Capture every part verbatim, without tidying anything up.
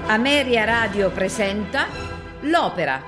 Ameria Radio presenta L'Opera.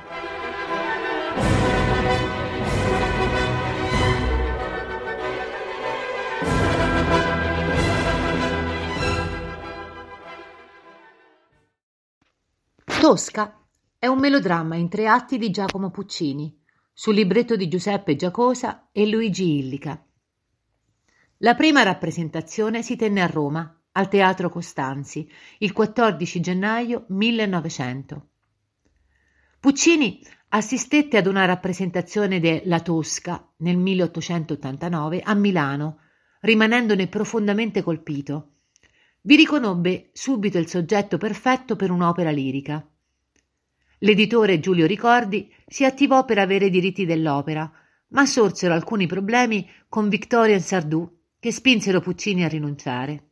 Tosca è un melodramma in tre atti di Giacomo Puccini, sul libretto di Giuseppe Giacosa e Luigi Illica. La prima rappresentazione si tenne a Roma, al Teatro Costanzi, il quattordici gennaio millenovecento. Puccini assistette ad una rappresentazione de La Tosca nel milleottocentottantanove a Milano, rimanendone profondamente colpito. Vi riconobbe subito il soggetto perfetto per un'opera lirica. L'editore Giulio Ricordi si attivò per avere i diritti dell'opera, ma sorsero alcuni problemi con Victorien Sardou che spinsero Puccini a rinunciare.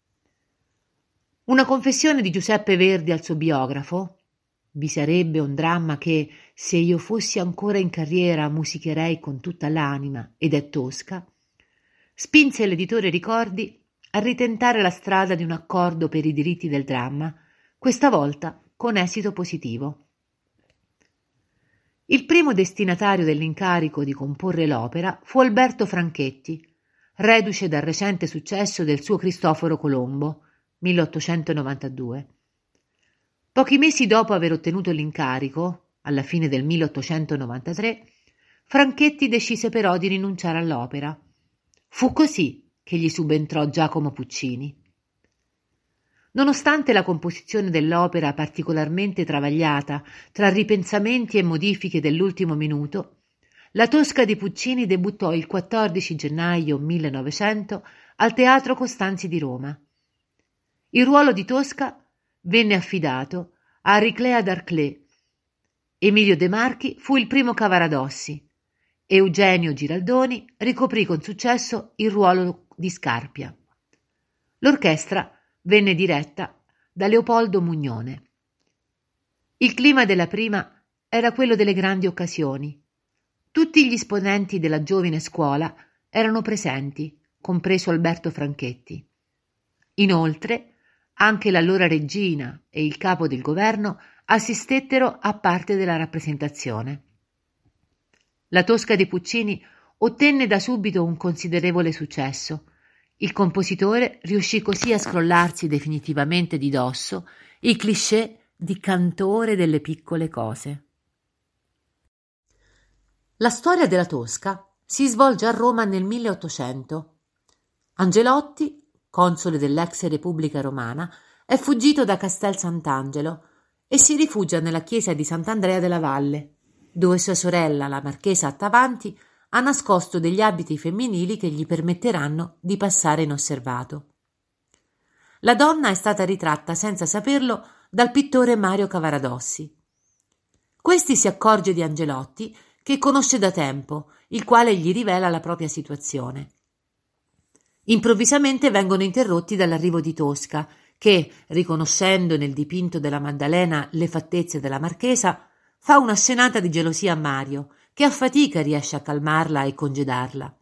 Una confessione di Giuseppe Verdi al suo biografo: «Vi sarebbe un dramma che, se io fossi ancora in carriera, musicherei con tutta l'anima, ed è Tosca», spinse l'editore Ricordi a ritentare la strada di un accordo per i diritti del dramma, questa volta con esito positivo. Il primo destinatario dell'incarico di comporre l'opera fu Alberto Franchetti, reduce dal recente successo del suo Cristoforo Colombo, milleottocentonovantadue. Pochi mesi dopo aver ottenuto l'incarico, alla fine del milleottocentonovantatré, Franchetti decise però di rinunciare all'opera. Fu così che gli subentrò Giacomo Puccini. Nonostante la composizione dell'opera particolarmente travagliata tra ripensamenti e modifiche dell'ultimo minuto, La Tosca di Puccini debuttò il quattordici gennaio millenovecento al Teatro Costanzi di Roma. Il ruolo di Tosca venne affidato a Riclea d'Arclay. Emilio De Marchi fu il primo Cavaradossi. Eugenio Giraldoni ricoprì con successo il ruolo di Scarpia. L'orchestra venne diretta da Leopoldo Mugnone. Il clima della prima era quello delle grandi occasioni. Tutti gli esponenti della giovine scuola erano presenti, compreso Alberto Franchetti. Inoltre, anche l'allora regina e il capo del governo assistettero a parte della rappresentazione. La Tosca di Puccini ottenne da subito un considerevole successo. Il compositore riuscì così a scrollarsi definitivamente di dosso i cliché di cantore delle piccole cose. La storia della Tosca si svolge a Roma nel milleottocento. Angelotti, console dell'ex Repubblica Romana, è fuggito da Castel Sant'Angelo e si rifugia nella chiesa di Sant'Andrea della Valle, dove sua sorella, la marchesa Attavanti, ha nascosto degli abiti femminili che gli permetteranno di passare inosservato. La donna è stata ritratta senza saperlo dal pittore Mario Cavaradossi. Questi si accorge di Angelotti, che conosce da tempo, il quale gli rivela la propria situazione. Improvvisamente vengono interrotti dall'arrivo di Tosca, che, riconoscendo nel dipinto della Maddalena le fattezze della marchesa, fa una scenata di gelosia a Mario, che a fatica riesce a calmarla e congedarla.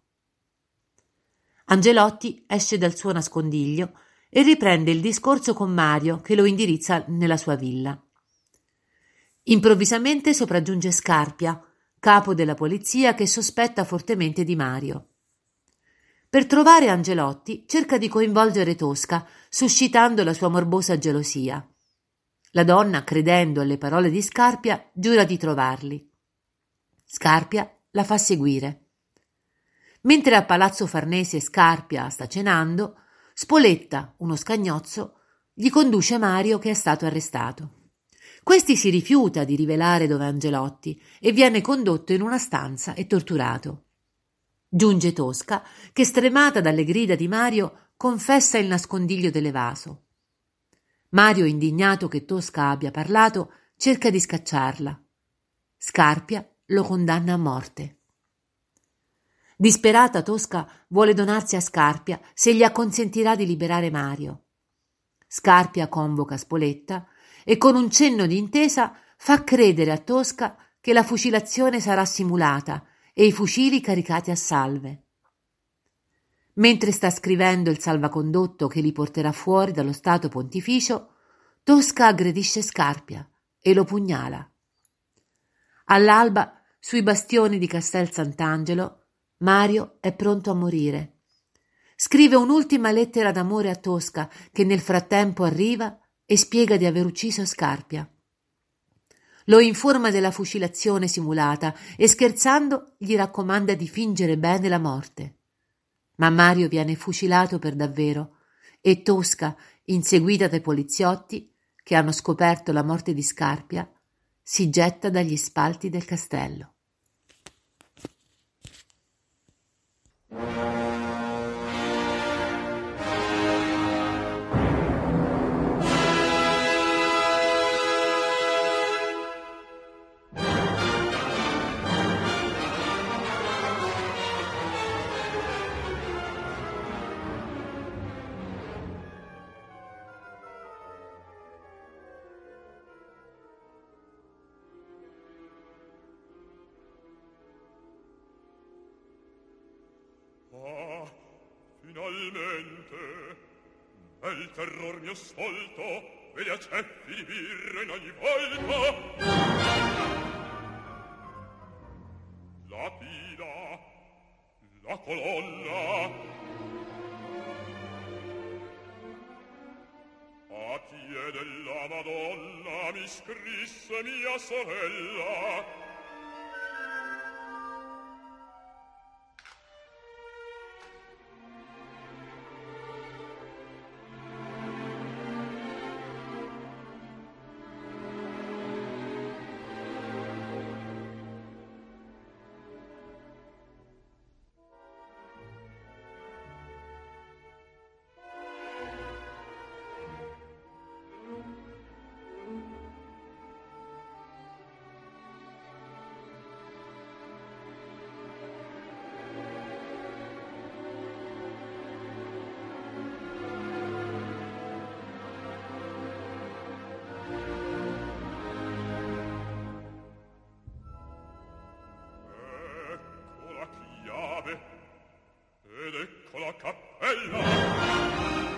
Angelotti esce dal suo nascondiglio e riprende il discorso con Mario, che lo indirizza nella sua villa. Improvvisamente sopraggiunge Scarpia, capo della polizia, che sospetta fortemente di Mario. Per trovare Angelotti cerca di coinvolgere Tosca, suscitando la sua morbosa gelosia. La donna, credendo alle parole di Scarpia, giura di trovarli. Scarpia la fa seguire. Mentre a Palazzo Farnese Scarpia sta cenando, Spoletta, uno scagnozzo, gli conduce Mario, che è stato arrestato. Questi si rifiuta di rivelare dove è Angelotti e viene condotto in una stanza e torturato. Giunge Tosca, che, stremata dalle grida di Mario, confessa il nascondiglio dell'evaso. Mario, indignato che Tosca abbia parlato, cerca di scacciarla. Scarpia lo condanna a morte. Disperata, Tosca vuole donarsi a Scarpia se gli acconsentirà di liberare Mario. Scarpia convoca Spoletta e con un cenno di intesa fa credere a Tosca che la fucilazione sarà simulata e i fucili caricati a salve. Mentre sta scrivendo il salvacondotto che li porterà fuori dallo stato pontificio, Tosca aggredisce Scarpia e lo pugnala. All'alba, sui bastioni di Castel Sant'Angelo, Mario è pronto a morire. Scrive un'ultima lettera d'amore a Tosca, che nel frattempo arriva e spiega di aver ucciso Scarpia. Lo informa della fucilazione simulata e scherzando gli raccomanda di fingere bene la morte. Ma Mario viene fucilato per davvero e Tosca, inseguita dai poliziotti che hanno scoperto la morte di Scarpia, si getta dagli spalti del castello. Finalmente, nel terror mio sfolto, e gli acceppi di birra in ogni volta. La pila, la colonna, a piede della Madonna mi scrisse mia sorella. Ed ecco la cappella.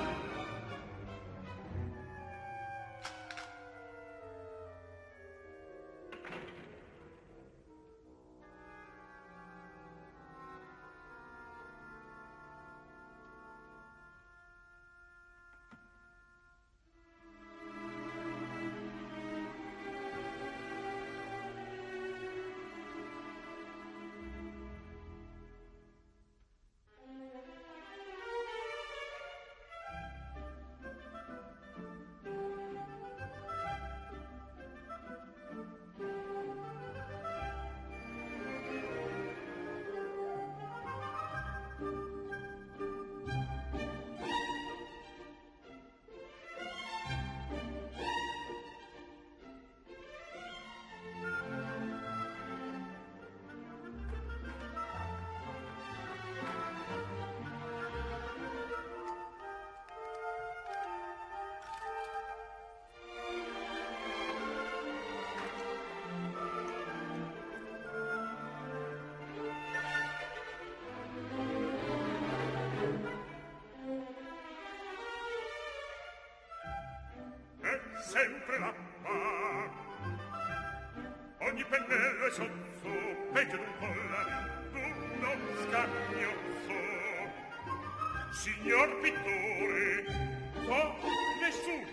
Sempre là, ma ogni pennello è sozzo, peggio d'un collare, d'uno scagnozzo. Signor pittore, so nessuno.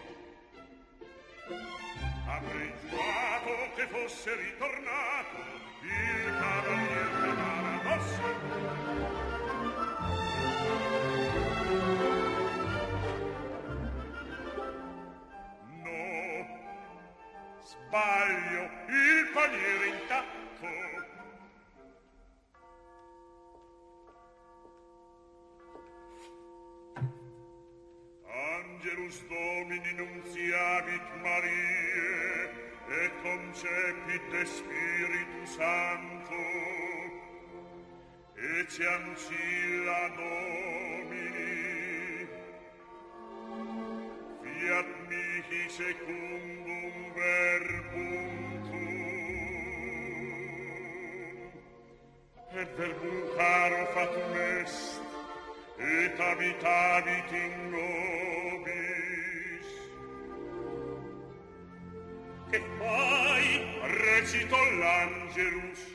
Avrei giurato che fosse ritornato il cavaliere Malamossi. Sbaglio, il paniere intatto. Angelus Domini nunziavit Mariae et concepit de Spiritu Sancto et ancilla Domini fiat mihi secundum verbum tuum et verbum caro fatum est et habitavit in nobis E poi recito l'Angelus.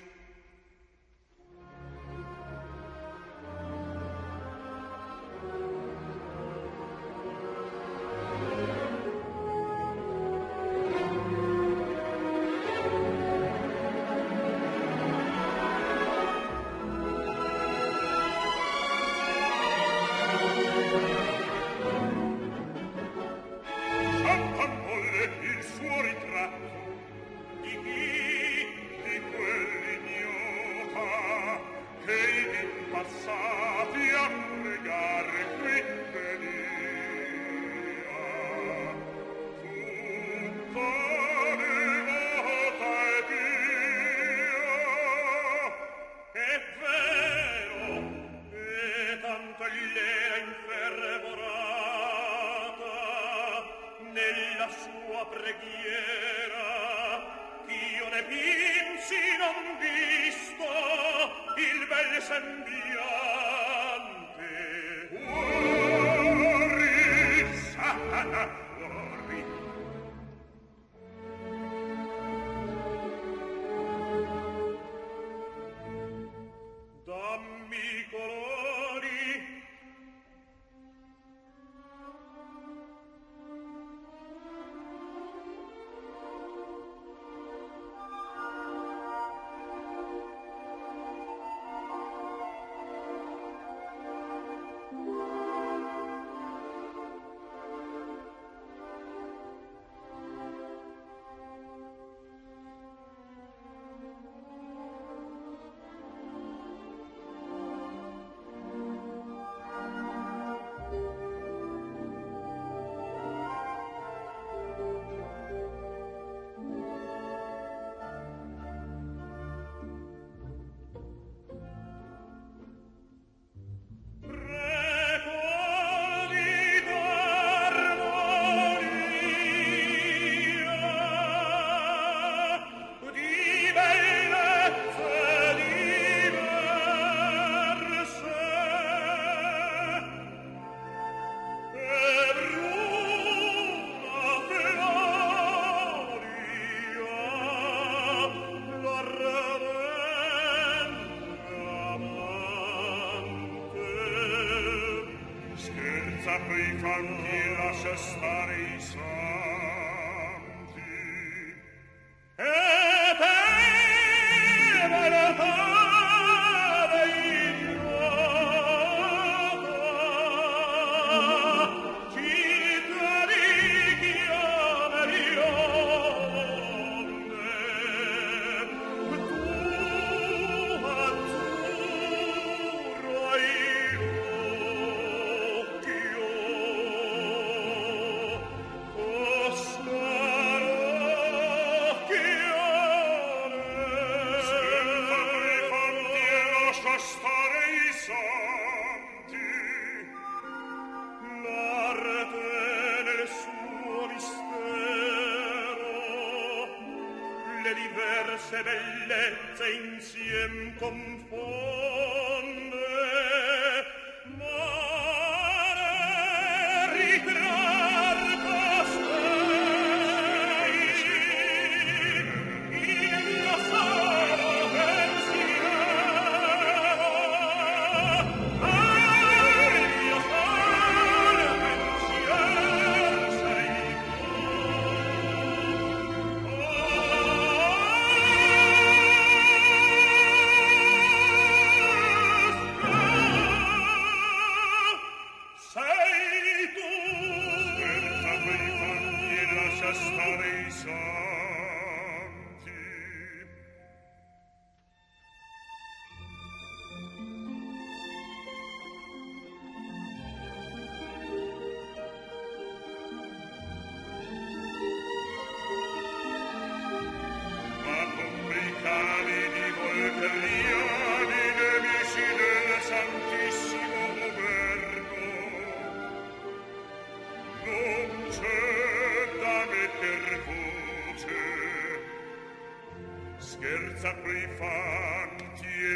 Scherza quei fanti e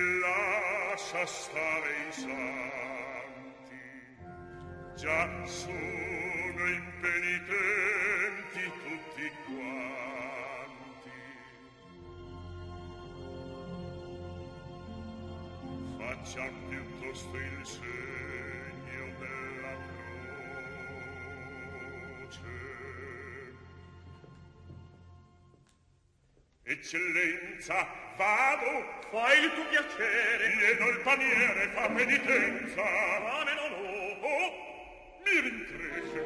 lascia stare i santi. Già sono impenitenti tutti quanti. sia piuttosto il segno della croce. Eccellenza, vado, Fai il tuo piacere. chiedo il paniere, fa penitenza. Fame non ho. Oh, mi rincresce.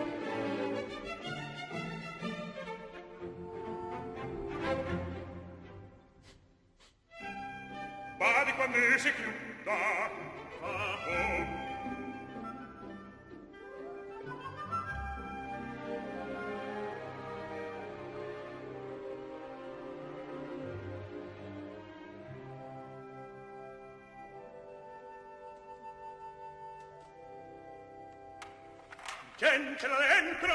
Badi quando si chiuda. Ah, Oh. gente là dentro.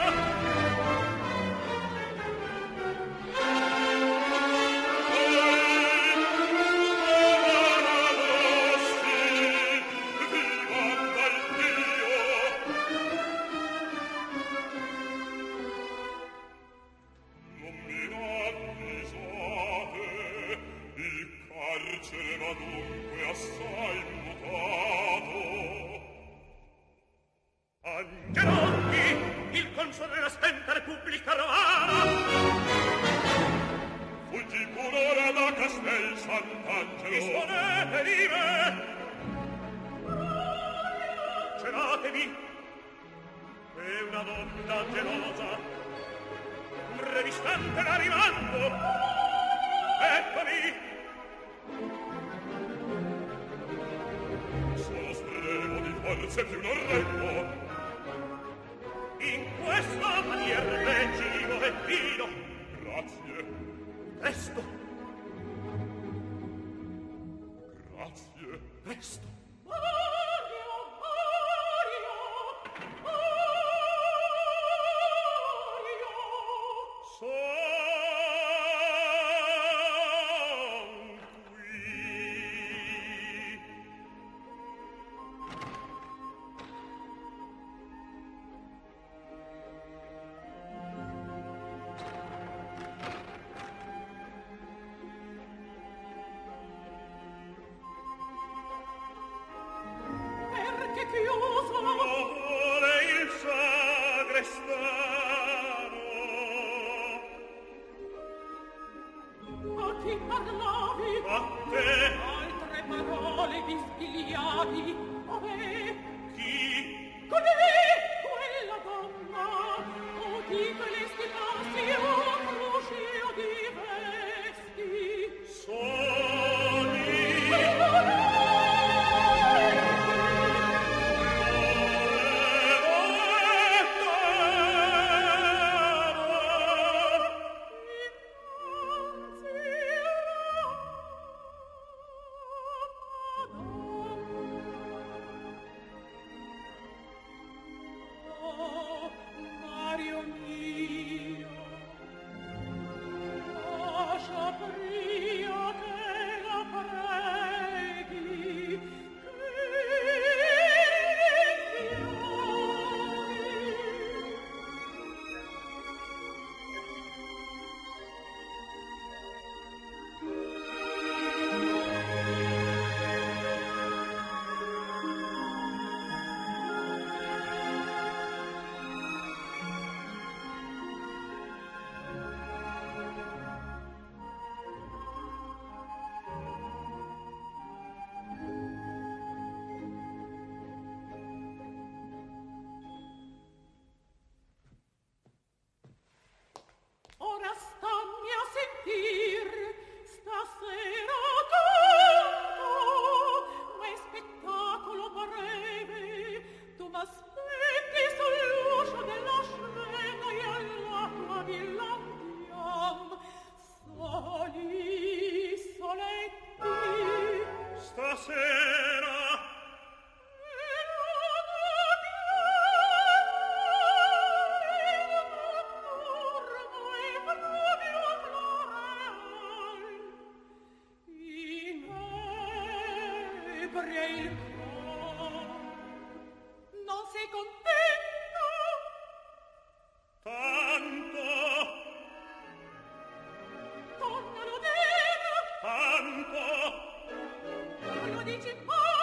Dici, oh!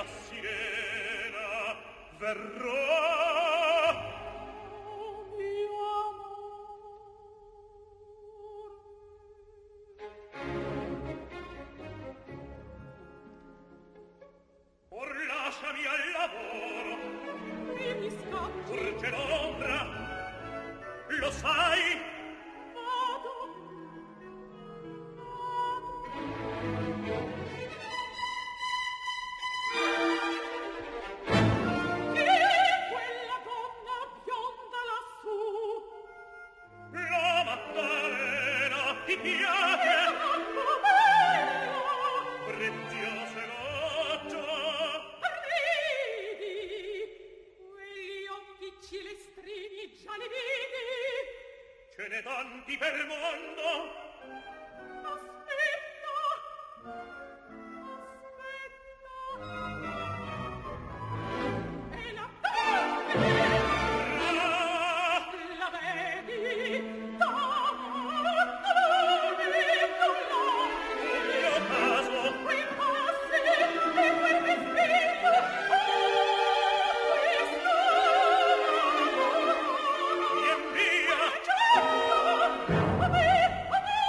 la sirena verrò. Oh mio amor, Or lasciami al lavoro, e mi scacci, urge l'ombra, lo sai? vado, vado. Chi è quella donna bionda lassù? La Maddalena ti piace? Troppo bella! Preziosa goccia, Ridi, quegli occhi cilestrini già li vidi. ce n'è tanti per mondo. Aspetta, aspetta. E la donna, Ah, la vedi? T'amore, tu l'hai. mio caso, Quei passi e quel vestito, oh, questo amore. via via, Certo, a me, a me.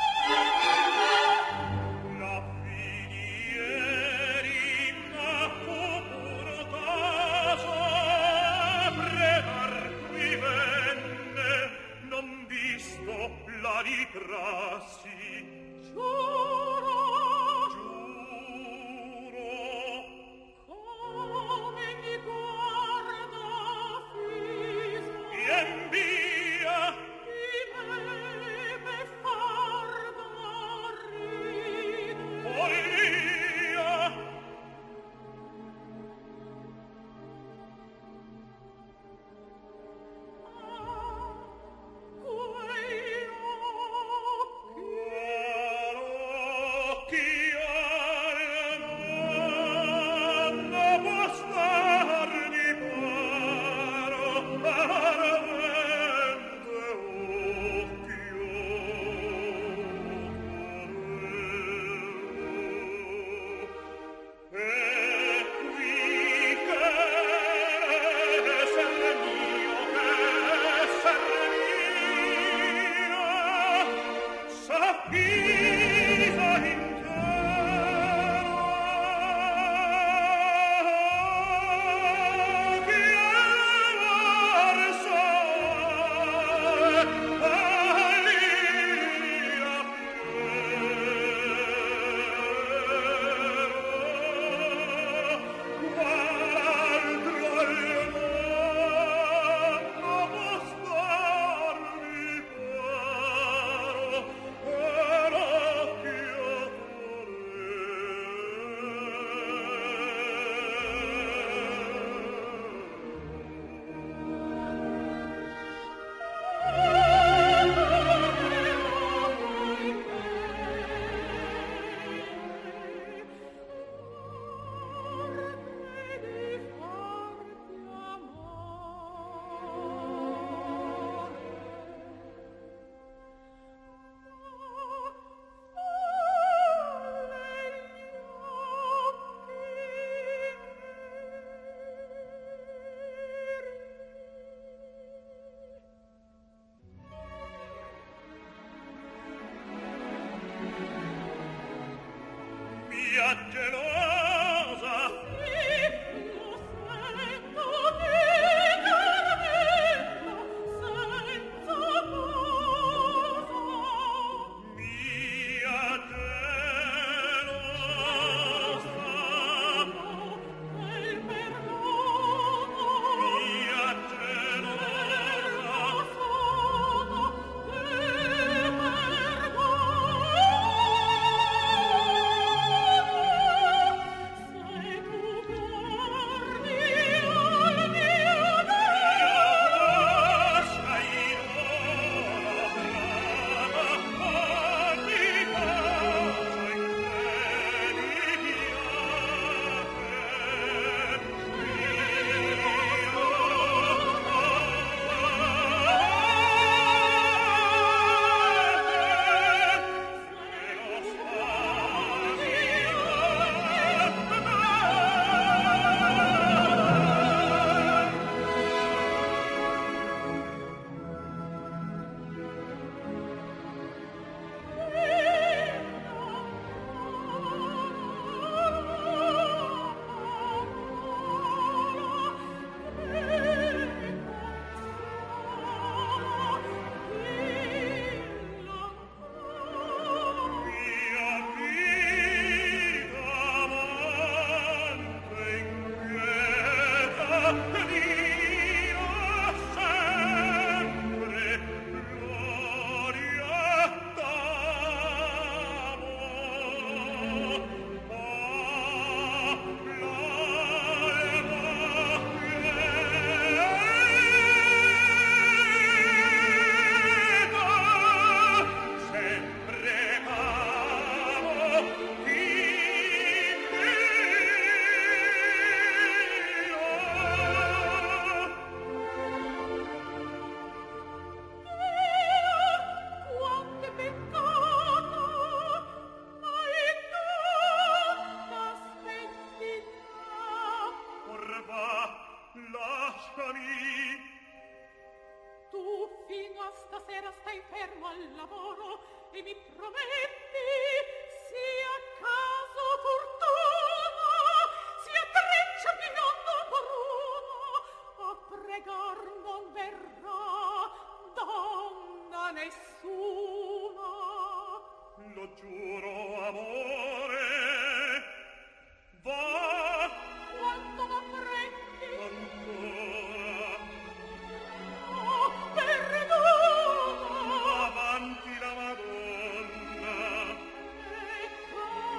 lasciami. Tu fino a stasera stai fermo al lavoro e mi prometti, sia caso fortuna, sia treccia biondo corona, a pregar non verrà donna nessuna. Lo giuro, amore, va. Quanto m'apprendi? Ancora. Oh, perdona! Avanti la Madonna. Ecco.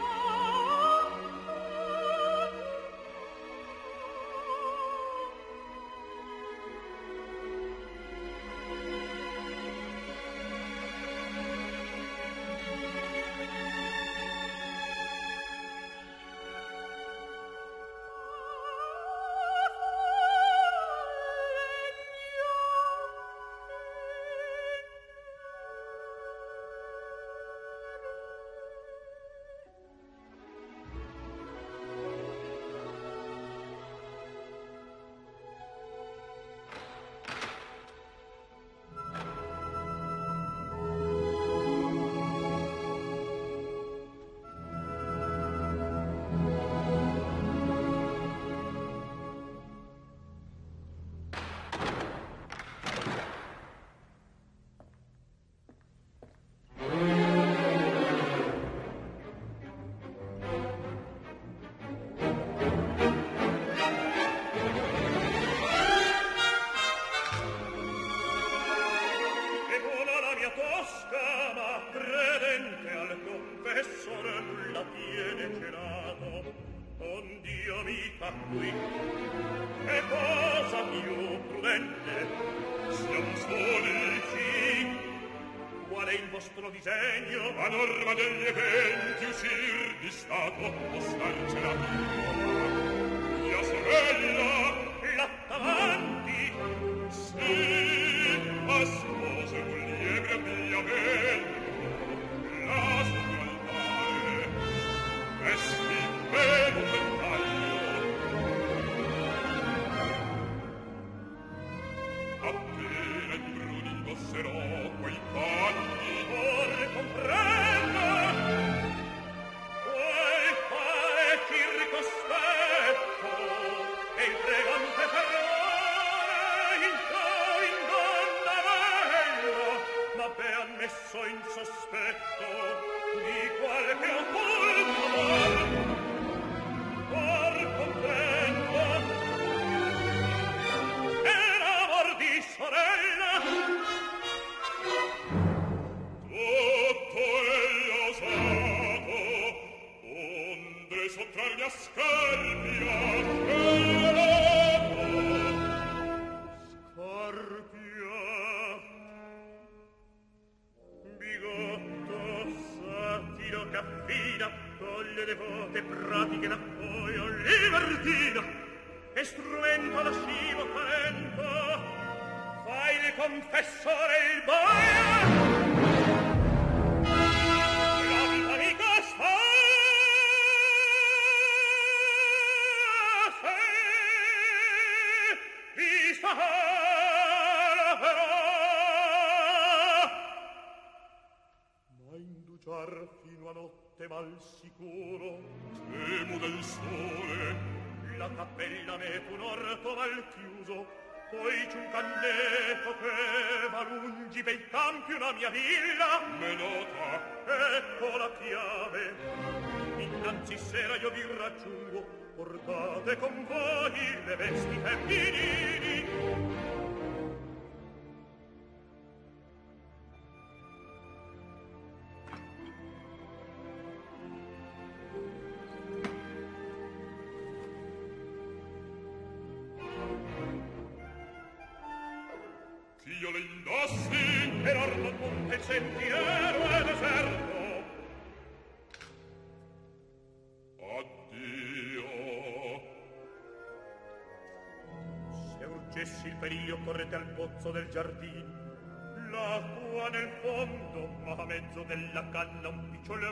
A norma degli eventi uscir di stato o starcela mia sorella l'attavanti sì a spose un lieve abbigliamento la sua altare vesti bene un taglio appena i bruni indosserò quei panni or comprendo quel fare circospetto e il pregante terrore in ciò in donna bella m'avean messo in sospetto di qualche occulto amor. Or comprendo era amor di sorella. Tutto è osato, onde sottrarmi a Scarpia, sceglierato. Scarpia, bigotto, satiro che affida, coglie devote, pratiche d'appoio, libertina, e strumento lascivo talento, fai il confessore il boia. Fino a notte mal sicuro temo del sole la cappella me fu un orto mal chiuso poi c'è un canneto che va lungi bei campi una mia villa me nota ecco la chiave innanzi sera io vi raggiungo portate con voi le vesti femminili. io le indossi per orlo monte il sentiero è deserto. Addio. Se urgessi il periglio correte al pozzo del giardino, l'acqua nel fondo, ma a mezzo della canna un picciolo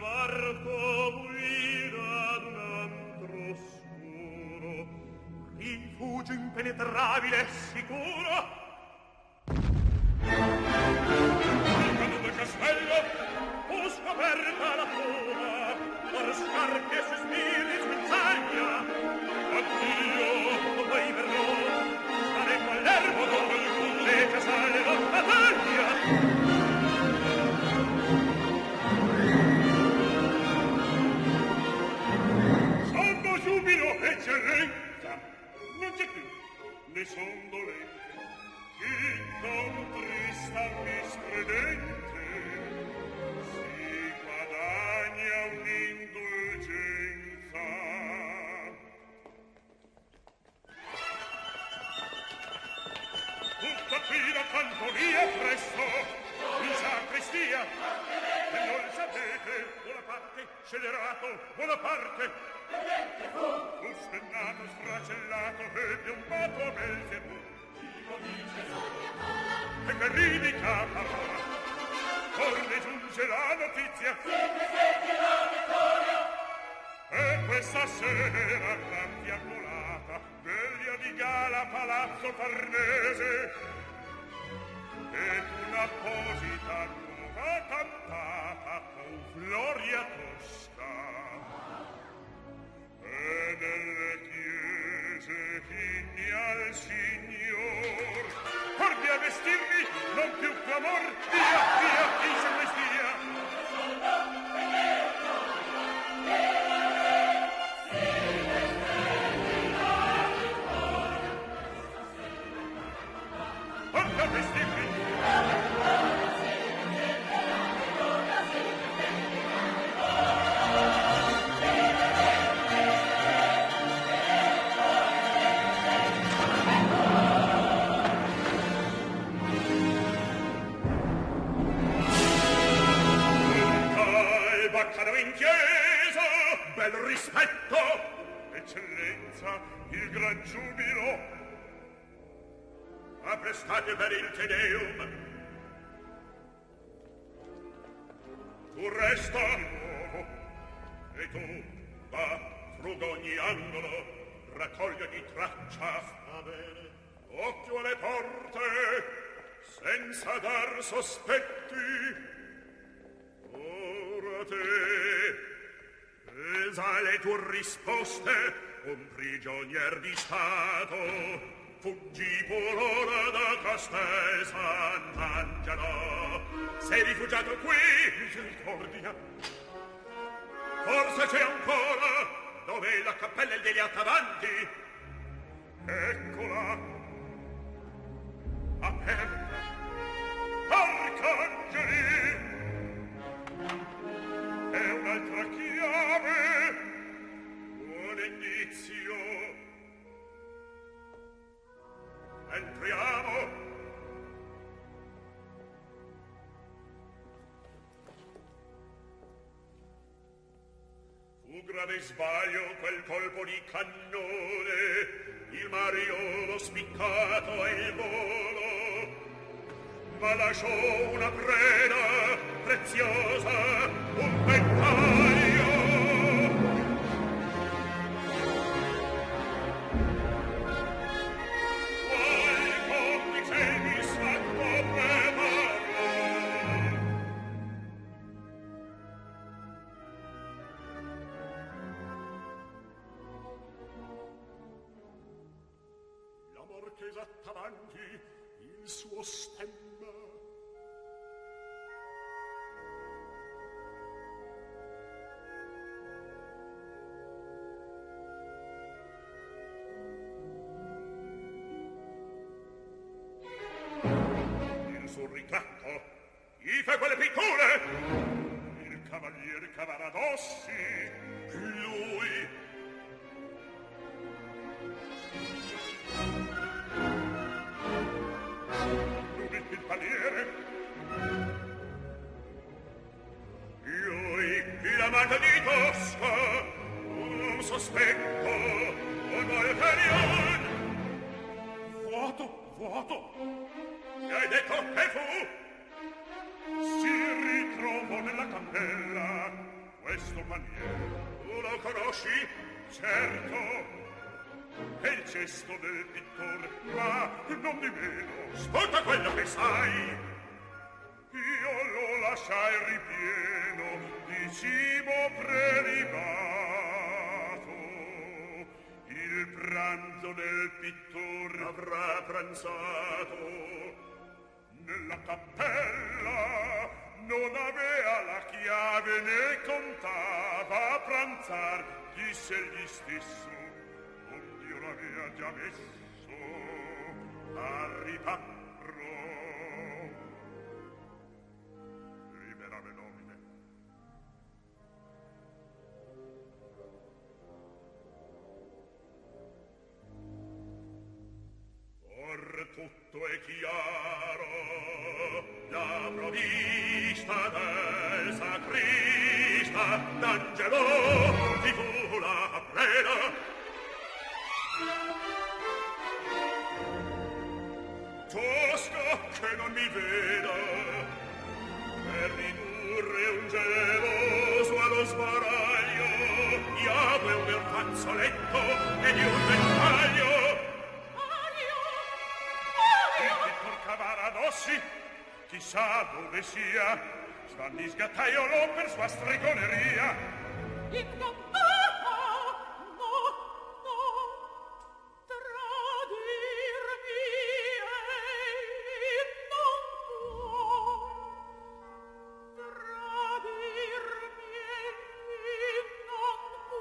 varco guida ad un antro scuro. Rifugio rifugio impenetrabile e sicuro. Quando del castello fu scoperta la fuga, or scarpe e sospiri smezzaglia. Addio, poi verrò, staremo all'erbo con le casale o battaglia. Salvo giubilo, eccellenza, non c'è più, ne son dolente. Chi contrista miscredente si guadagna un'indulgenza. Tutta qui da cantoria presso in sacrestia, e non sapete, Bonaparte, scellerato, Bonaparte, fu stennato, sfracellato e piombato a Belzebù. E che ridi chiamava, or ne giunge la notizia. E questa sera gran fiammolata, veglia di gala Palazzo Farnese, ed un'apposita nuova cantata con Gloria Tosca. E nelle chiese chini al Signor, porti a vestirmi, non più clamor, via, via, chi se ne stia. Porti a vestirmi. Baccano in chiesa, bel rispetto, eccellenza, il gran giubilo. Apprestate per il Te Deum. Tu resta di nuovo, e tu, va, fruga ogni angolo, raccogli ogni traccia. Va bene. Occhio alle porte, senza dar sospetti. Ora te, pesa le tue risposte, un prigionier di Stato, fuggi per ora da Castel Sant'Angelo. Sei rifugiato qui, misericordia. Forse c'è ancora, dove la cappella è deviata avanti. Eccola, aperta. Arcangeli! È un'altra chiave, buon indizio. Entriamo. Fu grave sbaglio quel colpo di cannone, il mariolo spiccato e il volo, ma lasciò una preda preziosa, un veccario. Qual complice mi santo preparò. La marchesa davanti, il suo stemma. Sul ritratto, gli fa quelle pitture, il cavaliere Cavaradossi, lui. Lui il paliere, lui l'amante di Tosca, un sospetto, un Volperion. Vuoto, vuoto. Mi hai detto che fu? Si ritrovò nella cappella questo paniere. Tu lo conosci? Certo. E il gesto del pittore, ma non di meno, ascolta quello che sai. Io lo lasciai ripieno di cibo prelibato. Il pranzo del pittore avrà pranzato. Nella cappella non avea la chiave né contava a pranzar, diss'egli stesso, onde io l'avea già messo al riparo. Libera me nomine. Or tutto è chiaro, la provvista del sacrista d'Angelo ti fu la plena. Tosca che non mi veda, per ridurre un geloso allo sbaraglio, Iague un bel fazzoletto e di un ventaglio. Cavaradossi, chissà dove sia, stanni sgattaiolo per sua stregoneria. Ingabbata, no, no, tradirmi egli non può, tradirmi egli non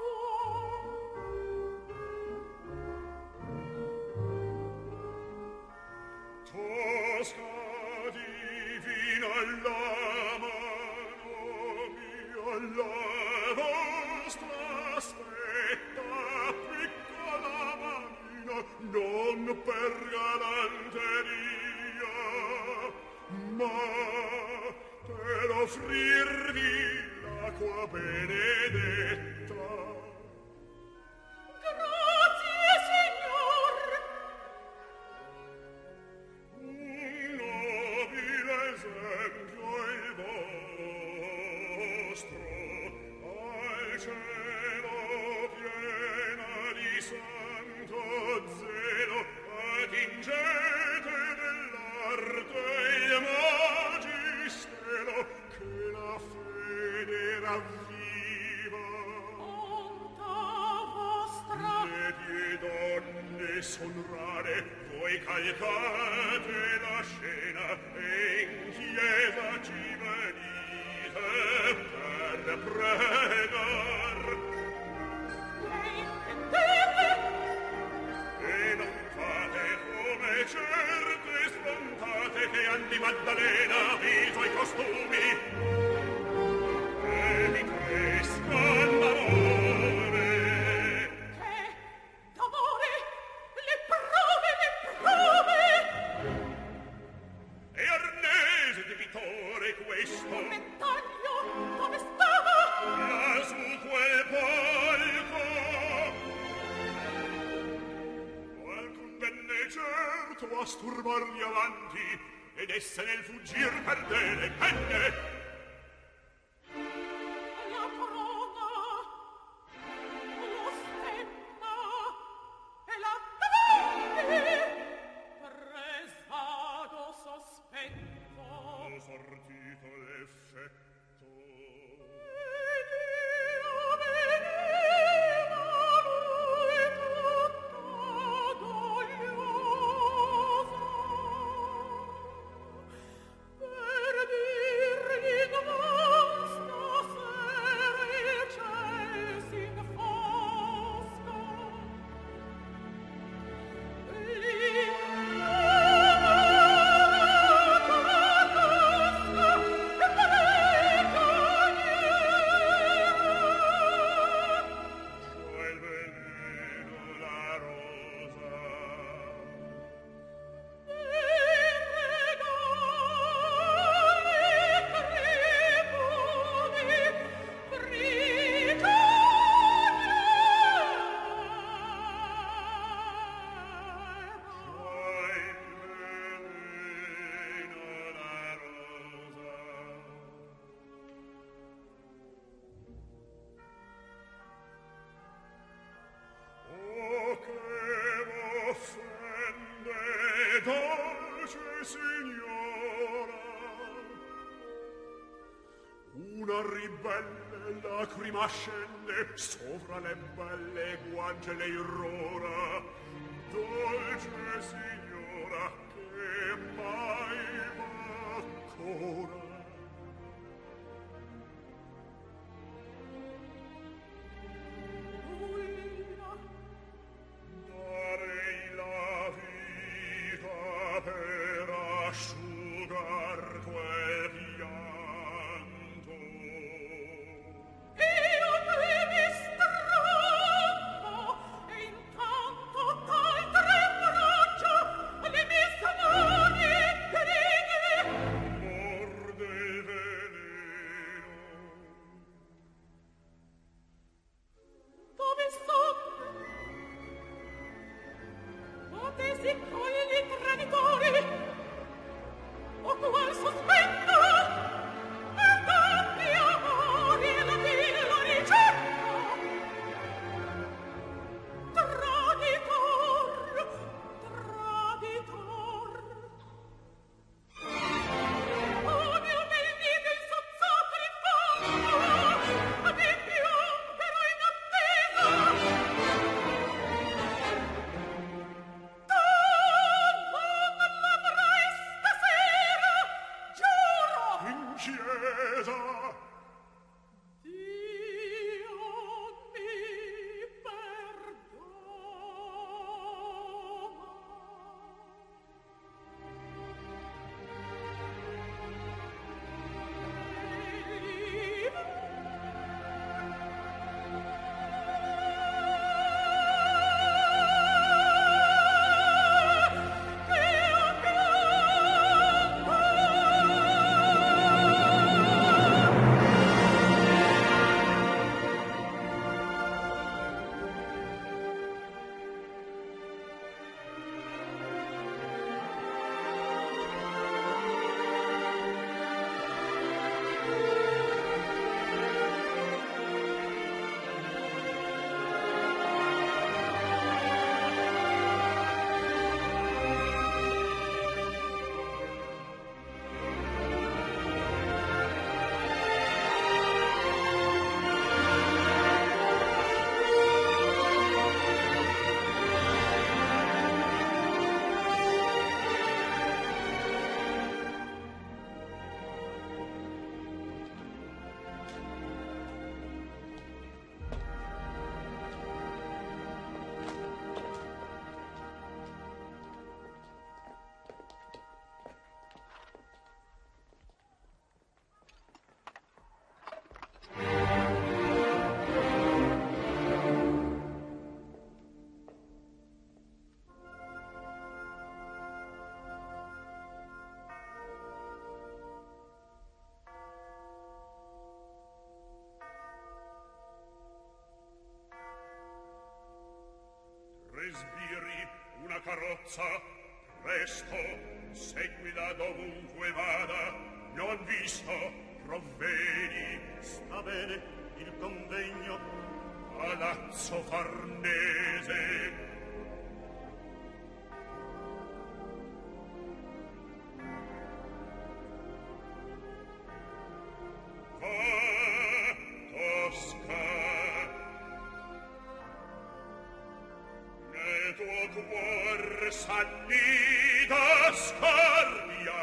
può. Tosca divina la mano mia, la vostra stretta piccola manina, non per galanteria, ma per offrirvi l'acqua benedetta. Grazie, signor. Nobile esempio il vostro, al cielo piena di santo zelo, attingete dell'arte il magistero che la fede ravviva. Onta vostra. Le vie donne son rare, voi calcate la scena e in chiesa ci venite per pregar. Lei intendete? E non fate come certe spontate che han di Maddalena viso i costumi e mi crescan d'amore. Che d'amore? Le prove, le prove! E arnese di Vittore questo Il ventaglio dove stava? là su quel palco. Qualcun venne certo a sturbargli avanti ed esse nel fuggir perde le penne. La corona, lo stemma e la davanti, presado sospetto. Ho sortito l'effetto. Ed io veniva lui tutta dogliosa per dirgli dolce signora, una ribelle lacrima scende sopra le belle guance lei rora. Dolce signora, che mai va ancora? Darei la vita per asciugar quel pianto. Io qui mi strappo e intanto t'altre braccia le mie mani griglie Morde il veleno. dove sono potesi cogli traditori o qual sospetto per tanti amori la villa ricerca traditor traditor oh mio bel nido insozzato in fondo a me piangerò in attesa In chiesa Dio mi perdona. Sbirri una carrozza, presto, seguila dovunque vada, non visto, provvedi. Sta bene il convegno. Palazzo Farnese. Va, Tosca. Nel tuo cuor s'annida Scarpia.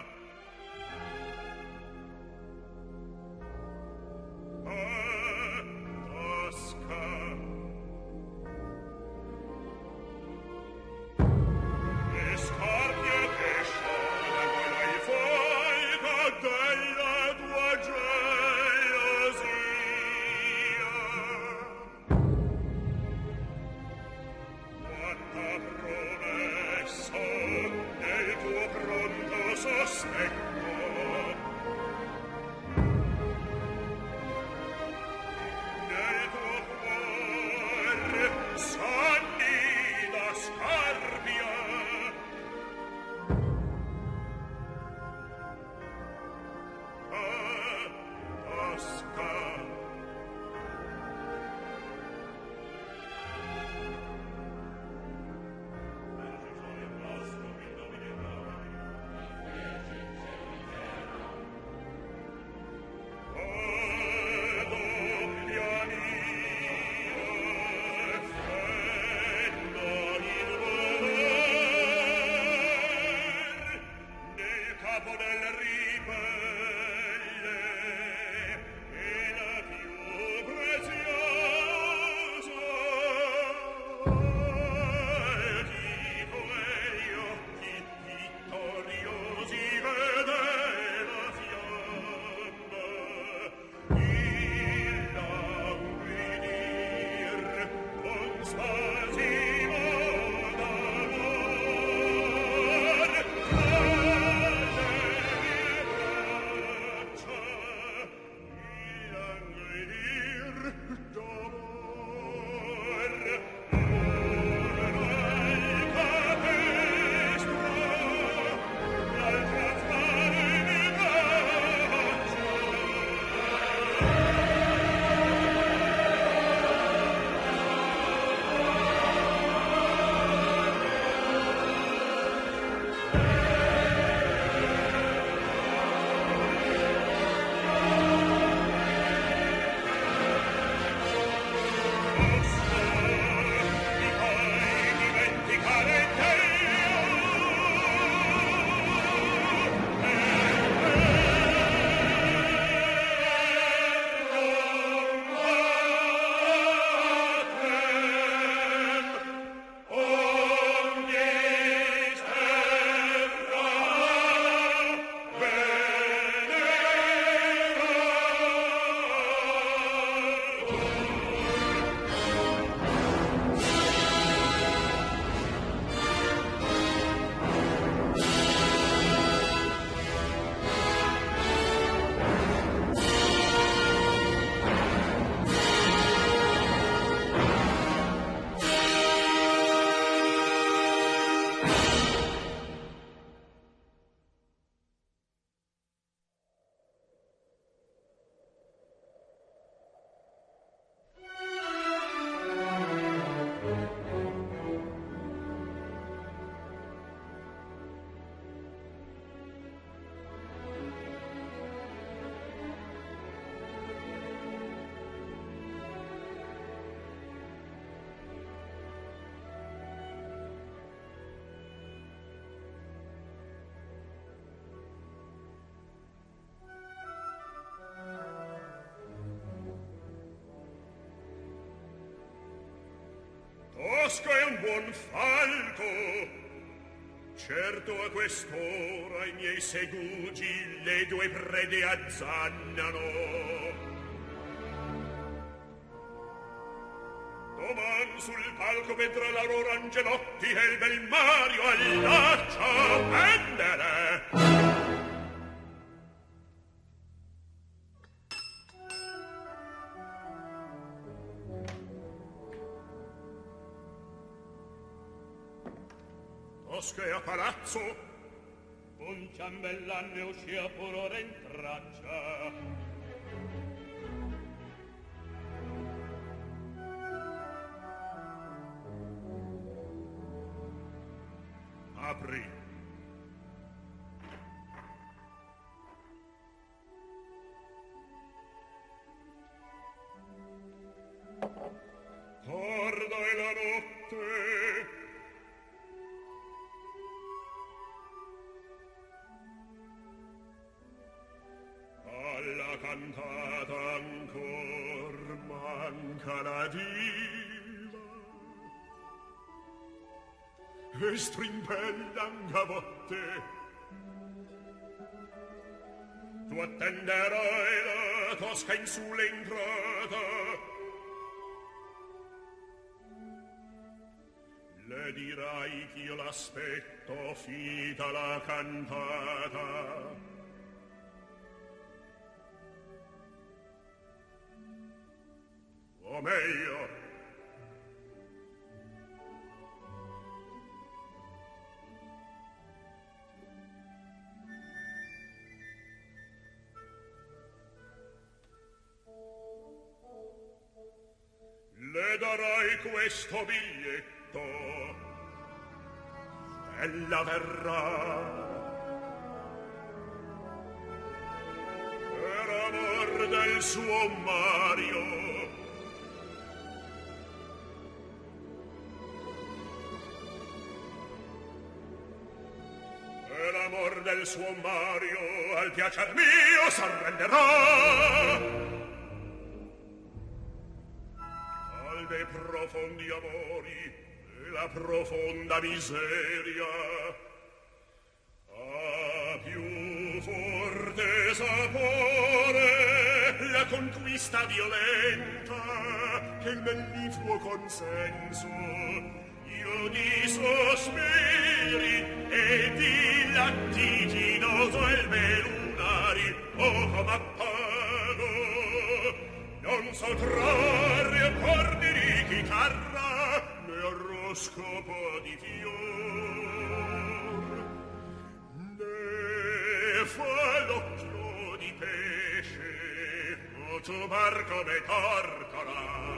Va, Tosca. E Scarpia che scioglie la foica della tua gelosia. Quanta promessa nel tuo pronto sospetto. Nel tuo cuore s'annida Scarpia. Ah, Tosca. tosco è un buon falco. Certo a quest'ora i miei segugi le due prede azzannano. Doman sul palco vedrà la loro Angelotti e il bel Mario allaccia pendere. Tosche a palazzo, un ciambellan uscì a furore in traccia. Apri. Tarda è la notte. Alla cantata ancor manca la diva e strimpellan gavotte. Tu attenderai la Tosca in su l'entrata, le dirai ch'io l'aspetto fita la cantata. O meglio, le darai questo biglietto, ella verrà per amor del suo Mario. L'amor del suo Mario al piacer mio s'arrenderà. Al dei profondi amori e la profonda miseria, a più forte sapore la conquista violenta che il mellifluo consenso io di sospiri e di lattiginoso il belunari poco m'appago, non so trarre a cordi di chitarra né oroscopo di fior, né falocchio di pesce o tubar come tortora.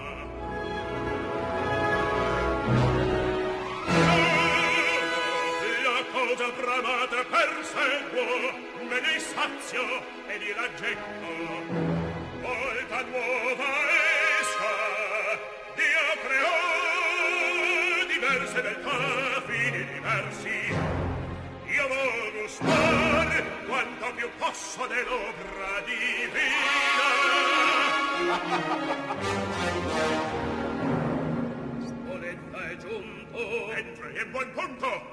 Cosa bramata perseguo, me ne sazio e di raggetto. Volta nuova esca, Dio creò diverse beltà, fini diversi. Io vo' gustar quanto più posso dell'opera divina. Spoletta è giunto. Entri in buon punto.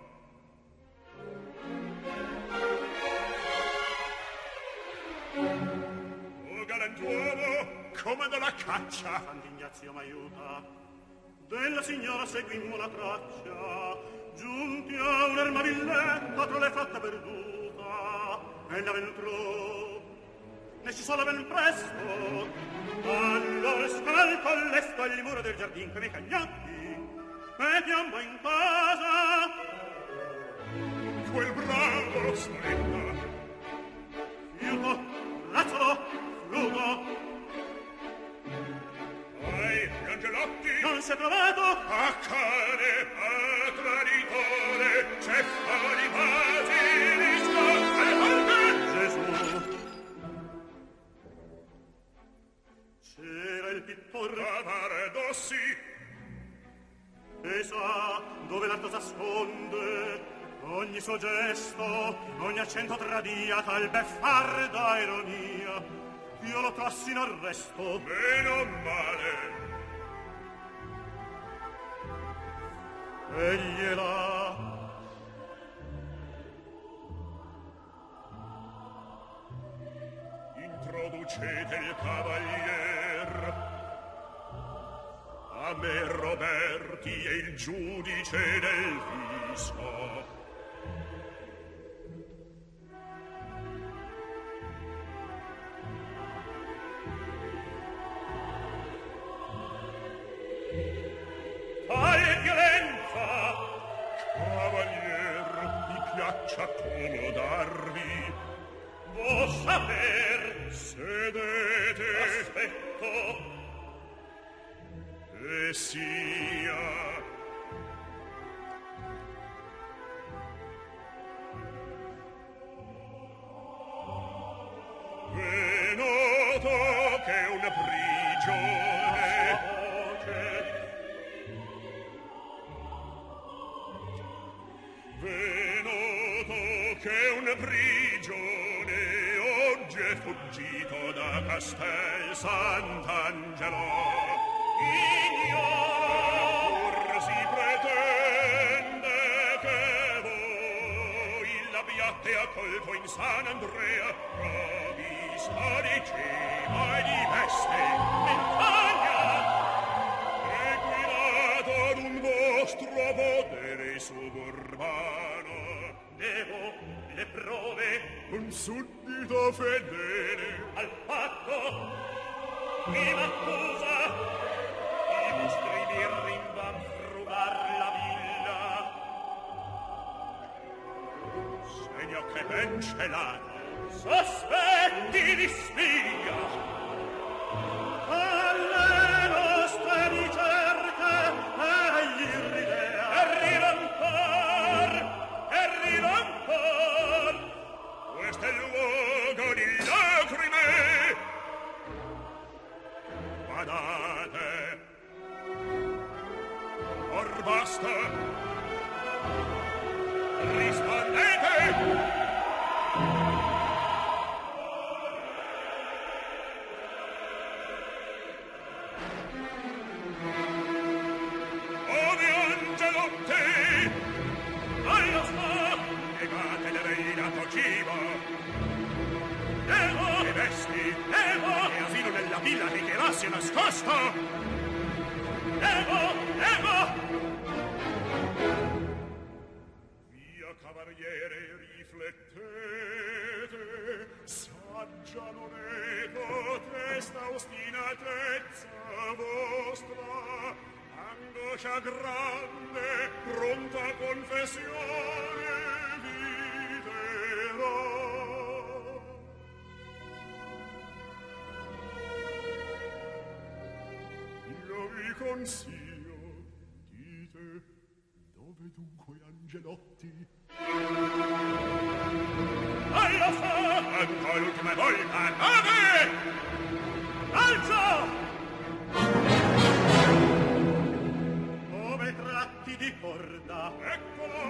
O galantuomo, come dalla caccia, Sant'Ignazio m'aiuta, della signora seguimmo la traccia, giunti a un'erma villetta tra le fratte perduta, e la ventrò, ne si sola ben presto, allora scalco all'esto il muro del giardin come cagnati, e chiamò in casa quel bravo stretta. Fiuto, razzolo, fluto. Ai, Angelotti, Non si è trovato? a cane, a traditore, c'è fuori basilisco e volte. Gesù. C'era il pittore. Avare dossi, E sa dove l'arte s'asconde. Ogni suo gesto, ogni accento tradia tal beffarda ironia. Io lo trassi in arresto. meno male. egli là. Introducete il cavalier, a me Roberti e il giudice del viso. Tale violenza, Cavalier, mi piaccia accomodarvi. vuol saper, Sedete aspetto, e sia. V'è noto che una prigione V'è noto che una prigione oggi è fuggito da Castel Sant'Angelo. Ignoro si pretende che voi l'abbiate accolto in San Andrea, provvisto di cibo e di veste, mentagna, e guidato ad un vostro podere suburbano. devo le prove Un suddito fedele al patto. Mi m'accusa, i vostri birri invan frugar la villa. segno che ben celato. Sospetti di spia, alle nostre ricerche egli ridea. E rida ancor, e rida ancor. Questo è il luogo di lacrime. Badate, or basta. Rispondete. Ove Angelotti, Allo sta, negate l'avevi dato cibo devo, e vesti devo, e asilo nella villa di che là sia nascosto. devo, devo. Via cavaliere, riflettete, saggia non è potesta ostinatezza vostra, angoscia grande, pronta confessione videranno. Io vi consiglio, dite, dove dunque Angelotti? Allo sta, Ancora l'ultima volta, dove? alzo. Come tratti di corda, Eccolo!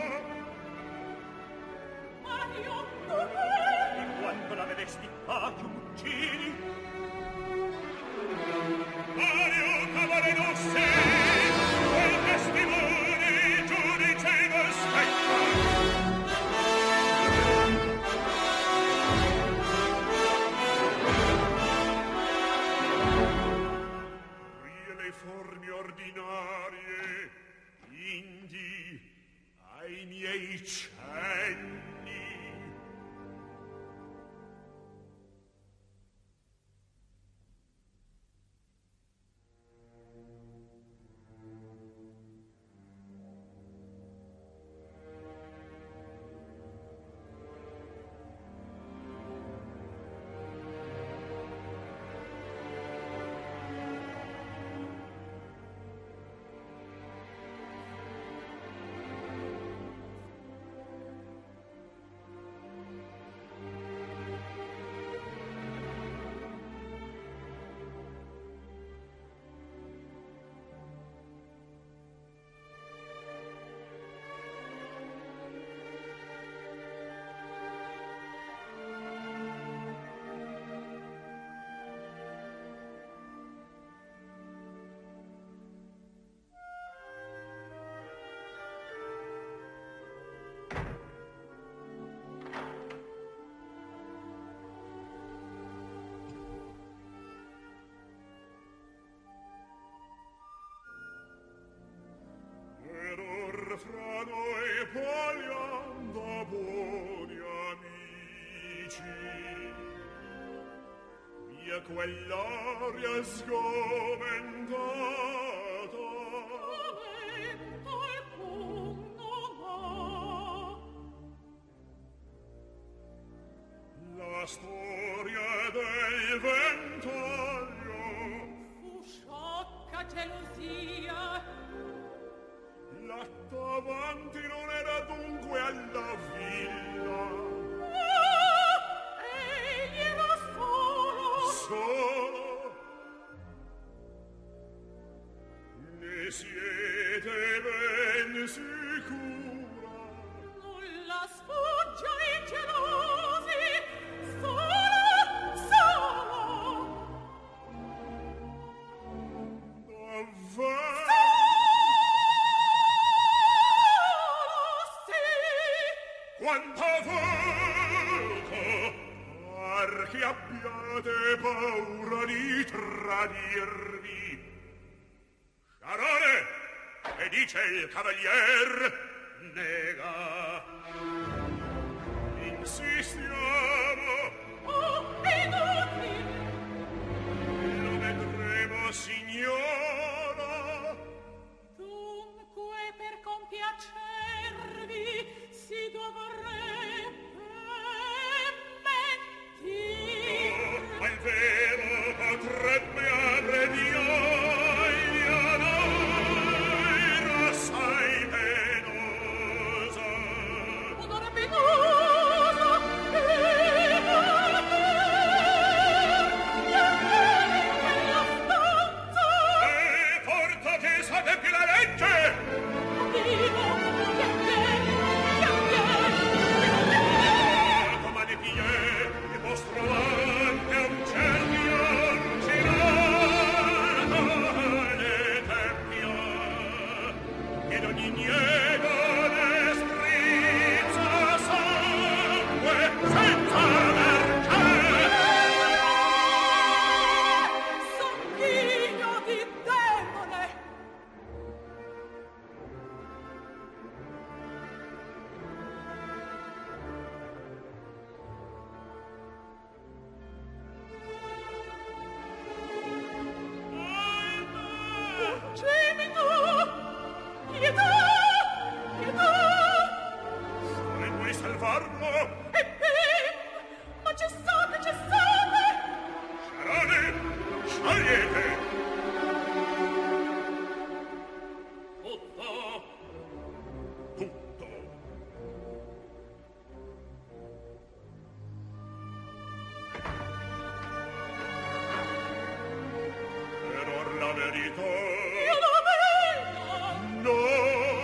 Mario, dov'è? di quanto l'avevesti Accio Puccini. Mario Cavaledosse, quel testimone, giudice e aspetta. Rie le forme ordinarie, indi ai miei cenni. noi vogliam da buoni amici. Via quell'aria sgomentata. Spavento alcun non ha. La storia del ventaglio Fu sciocca gelosia. l'atto avanti non era dunque alla villa. Ah, egli era solo. Solo ne siete ben sicura. Nulla sfugge ai gelosi. Solo, solo. Davvero? Quanta volta par che abbiate paura di tradirvi. Sciarone, che dice il cavalier? Nega. Insistiamo. Oh, inutile. Lo vedremo, signora. Dunque per compiacervi si dovrebbe mentire. Ma il vero potrebbe abbreviare a noi assai penosa. Un'ora penosa che va quella stanza. E porta che sappi la legge. Vivo, che viene, che viene. Domani pie, il vostro latte è un cerchio girato ne tempia. Ed ogni niego ne strizza sangue senza mercè. Sanguigno di demone. Gemito! Pietà! Pietà! E vuoi salvarlo? Ebbene! Ma cessate, cessate! Sciarone, sciogliete! Tutto! Tutto! Per or la verità! Io la vedo! No!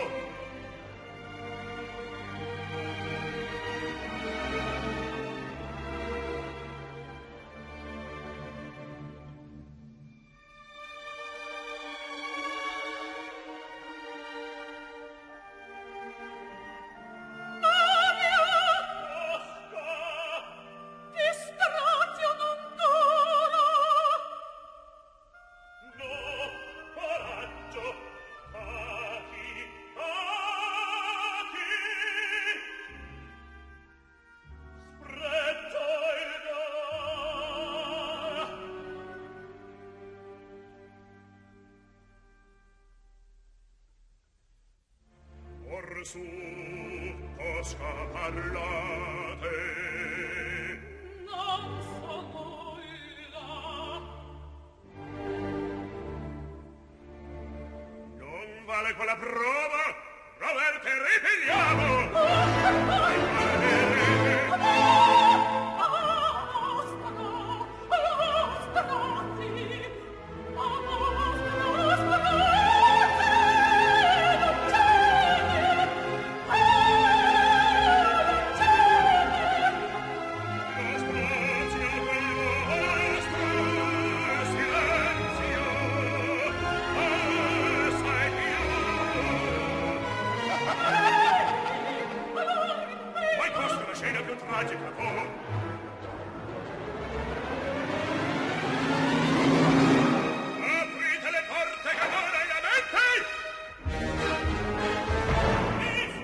Distrazio non dura! No, coraggio! Taci, taci! Sprezzo il dar! Orsù, cosa parlate? Non so nulla! Non vale quella prova? Roverte, ripigliamo! Lo spazio vostro silenzio assai più. Mai costa una scena più tragica, oh! Aprite le porte che non hai la mente! Mi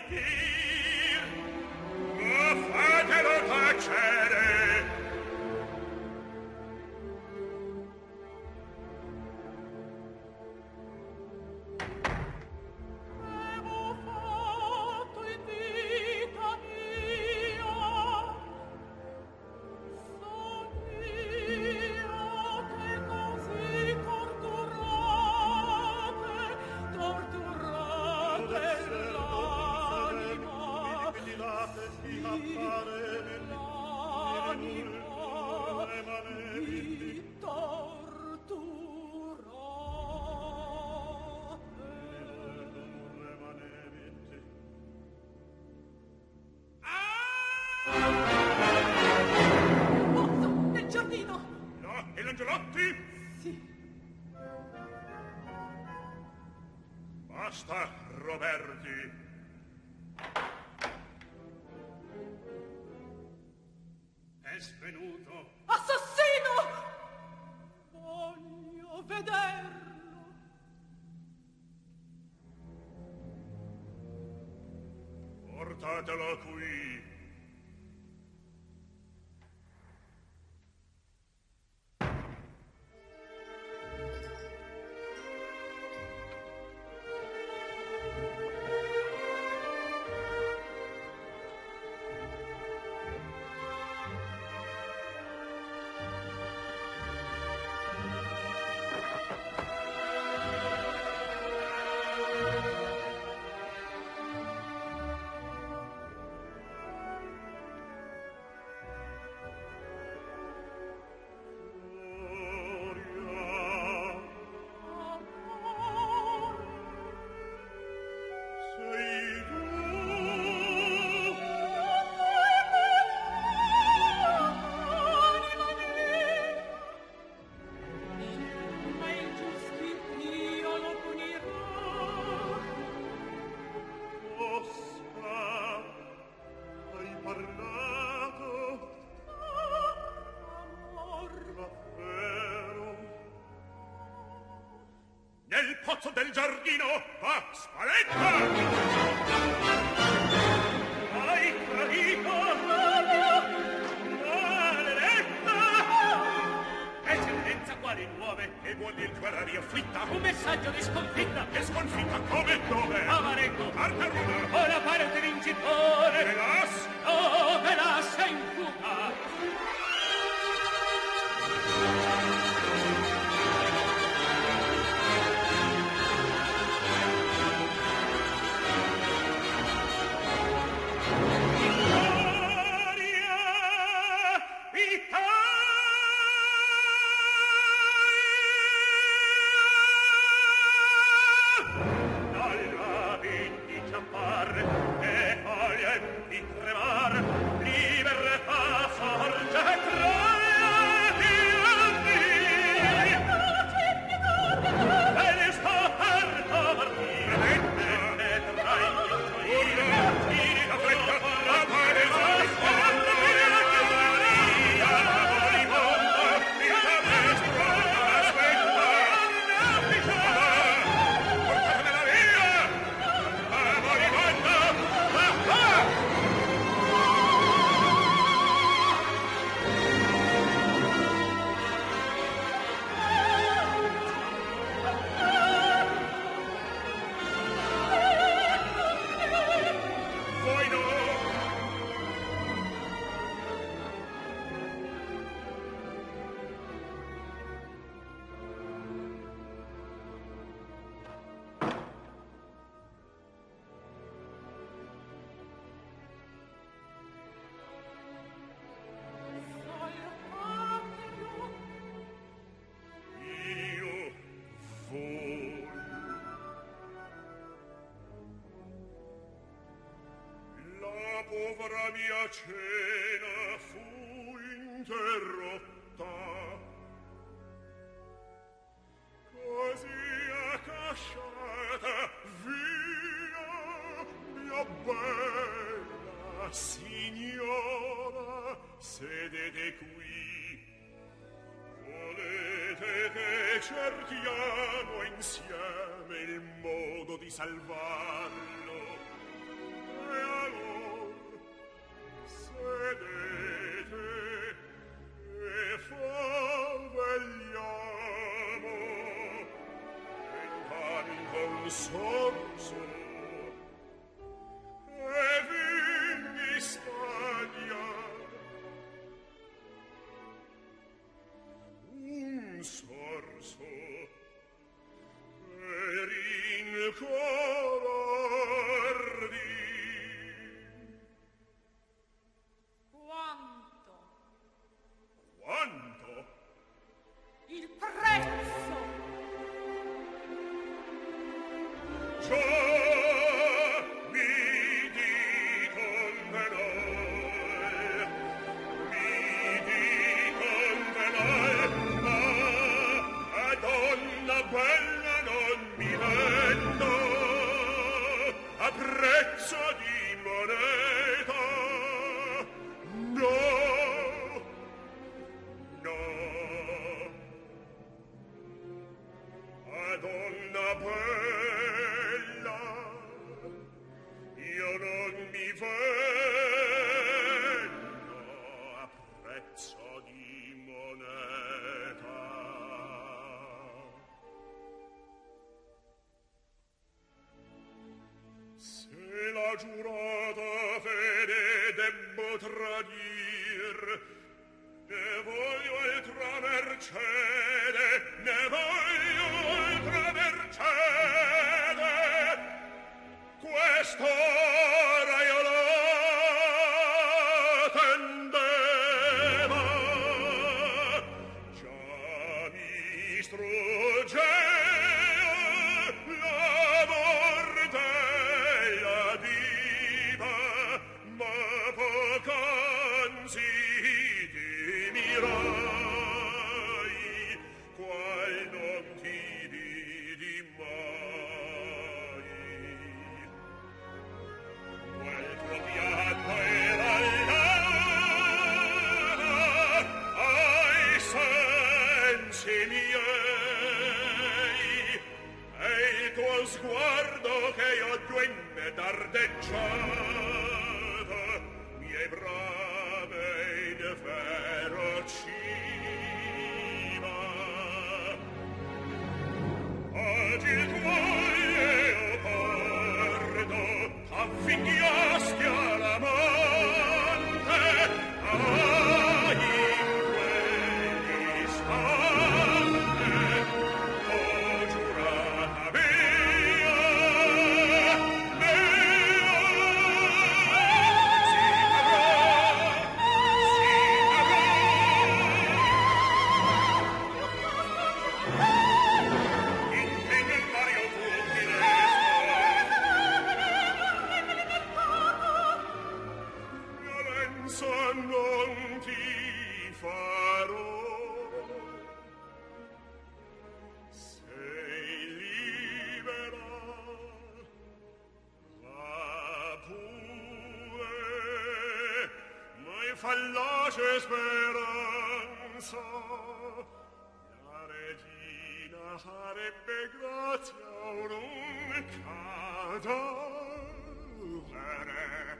dir, ma fatelo tacere. Avevo fatto in vita mia, son io che così torturate, torturate l'anima, Ventilate, appare l'anima mi torturate. Pozzo, nel giardino! No, e l'Angelotti? Sì. Basta, Roberti. È svenuto. Assassino! Voglio vederlo. Portatelo qui. Ma il giustizio lo punirà. Oscar, hai parlato Amor, davvero? Nel pozzo del giardino, va, spaletta! Hai tradito? Maledetta! Eccellenza, quali nuove? Che vuol dir guerra afflitta? un messaggio di sconfitta. E sconfitta come e dove? A Marengo, Marca Runa! ora parte vincitore. Velas! Oh, Velas è in fuga. povera mia cena fu interrotta. Così accasciata via, mia bella signora, sedete qui. Volete che cerchiamo insieme il modo di salvarlo? vedete e faveliamo e intanto un sorso e vini Spagna un sorso per incorardi. Quanto? Quanto? Il prezzo! Già mi dicon venoi, mi dicon venoi, ma a donna bella non mi vendo a prezzo di moneta. No, no, a donna bella io non mi vendo a prezzo di moneta. Se la giurata fede debbo tradir, ne voglio altra mercede, ne voglio altra mercede. Quest'ora io la tendeva, già mi struggea l'amor della diva, ma poc'anzi dimirai, qual non ti vidi mai. Quel tuo pianto era là ai sensi miei, e il tuo sguardo che io duenne dardeggiava miei brame in ferociva. Oggi il tuo leopardo affinghiasti all'amante, ai in quell'istante ho giurata mia, mia, si avrà, si avrà. In te nel Mario violenza non ti farò. Sei libera, va pure, ma è fallace speranza. La regina farebbe grazia a un cadavere.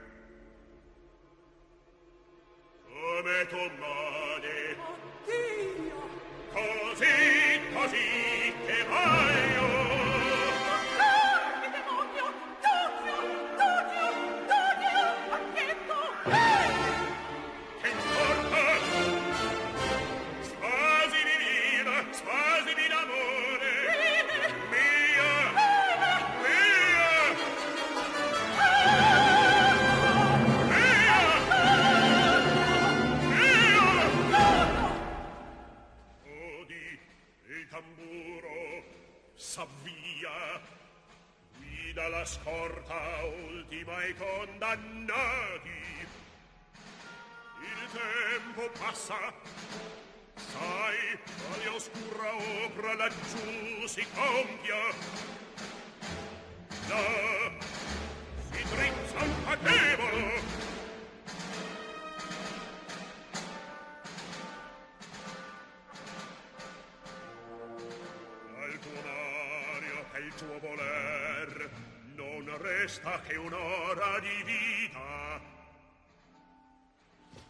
Come tu mani, Dio! così, così che voglio. Dormi, demonio! D'odio! D'odio! D'odio! Pacchetto! Ehi! Che importa? Spasimi vita, spasimi d'amore. Bene! Mia, Bene! mia, mia, mia. Odi il tamburo s'avvia, guida la scorta ultima ai condannati. Il tempo passa, sai, quale oscura opera laggiù si compia. Là si drizza un patevolo. Al tuo Mario e il tuo voler non resta che un'ora di vita.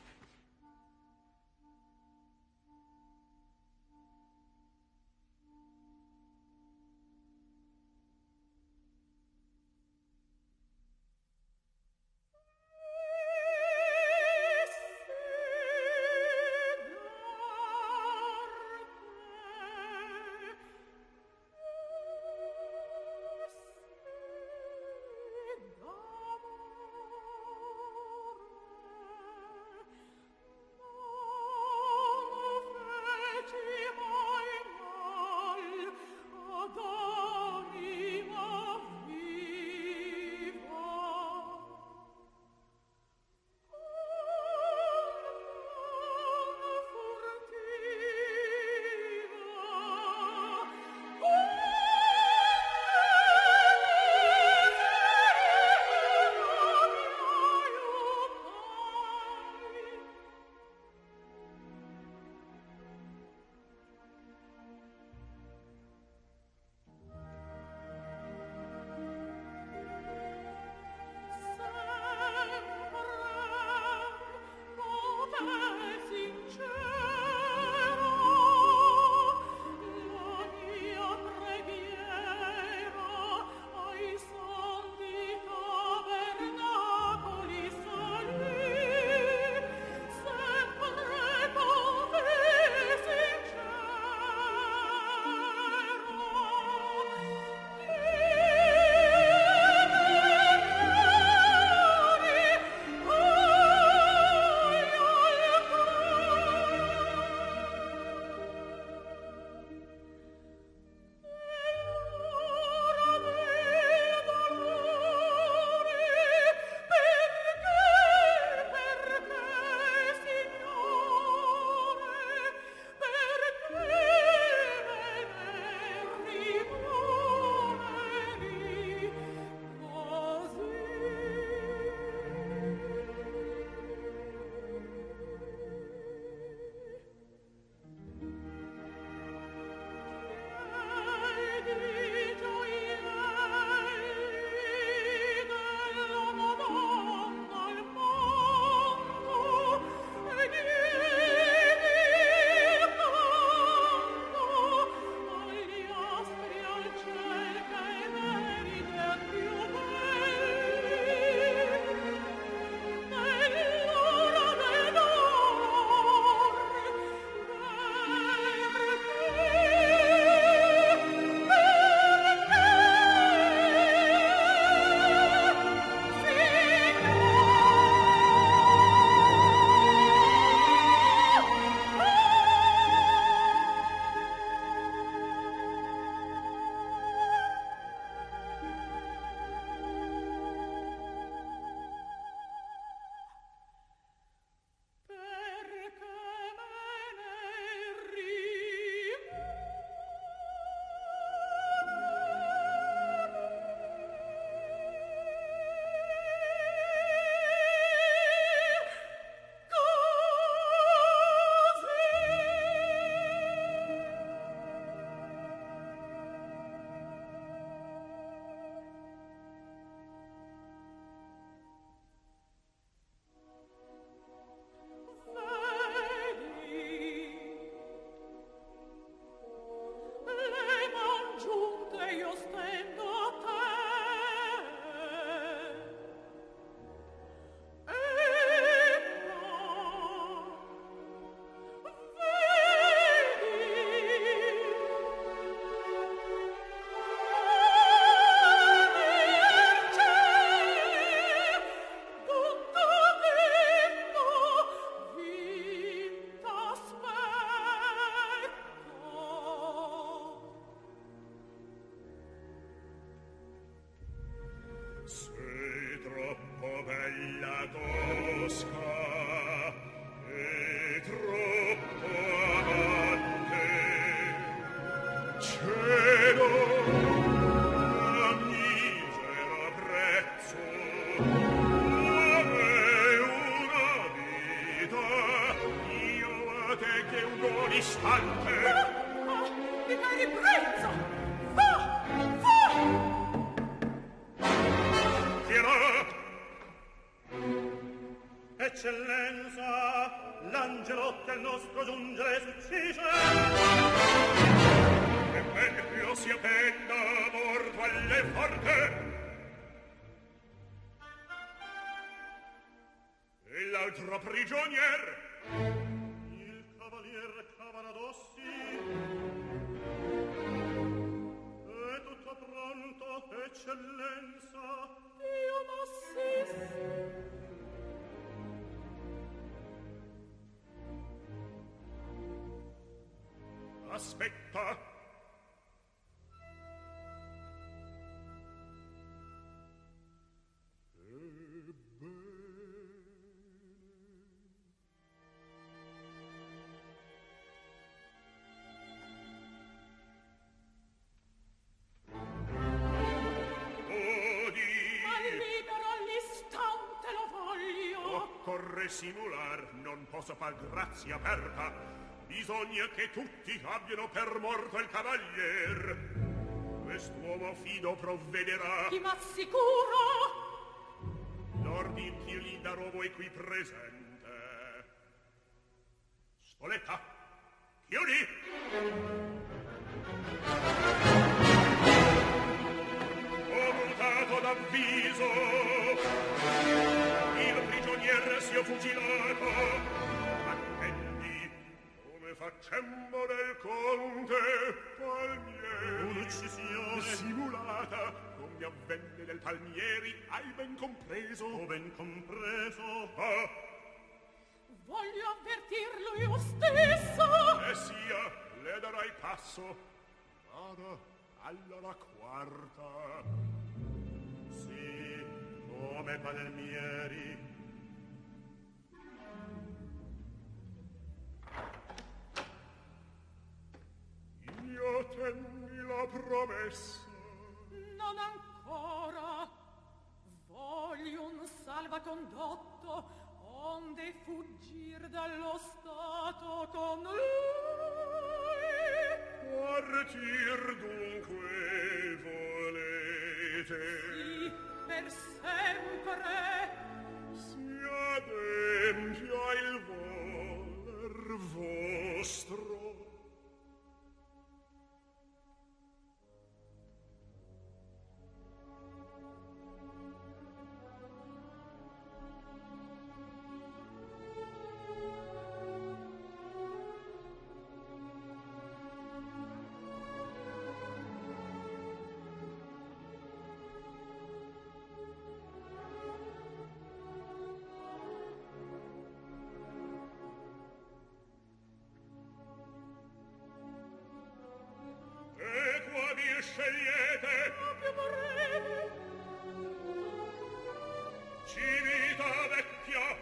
credo a misero prezzo ave una vita io a te che un buon istante Ah, ah, mi fai riprezzo! Fa! Fa! Eccellenza, l'angelo che al nostro giungere s'uccise. E ben io sia penda morto alle forte. E l'altro prigionier? Il cavalier Cavaradossi. È tutto pronto, eccellenza. Dio m'assista. Aspetta. Occorre simular, non posso far grazia aperta. Bisogna che tutti abbiano per morto il cavalier. Quest'uomo fido provvederà. Chi m'assicuro? L'ordin che io gli darò voi qui presente. Spoletta, chiudi! Ho mutato d'avviso. Il prigionier sia fucilato. Attendi, come facemmo nel conte Palmieri. Un'uccisione simulata, come avvenne del Palmieri, hai ben compreso? Ho ben compreso. Ah, Voglio avvertirlo io stesso. e sia, le darai passo. Vada alla la quarta. Sì, come Palmieri. Io tenni la promessa. Non ancora. Voglio un salvacondotto onde fuggir dallo stato con lui. Partir dunque volete? Sì, per sempre. Si adempia il voler vostro. Scegliete Proprio vorrei. Civita vecchia.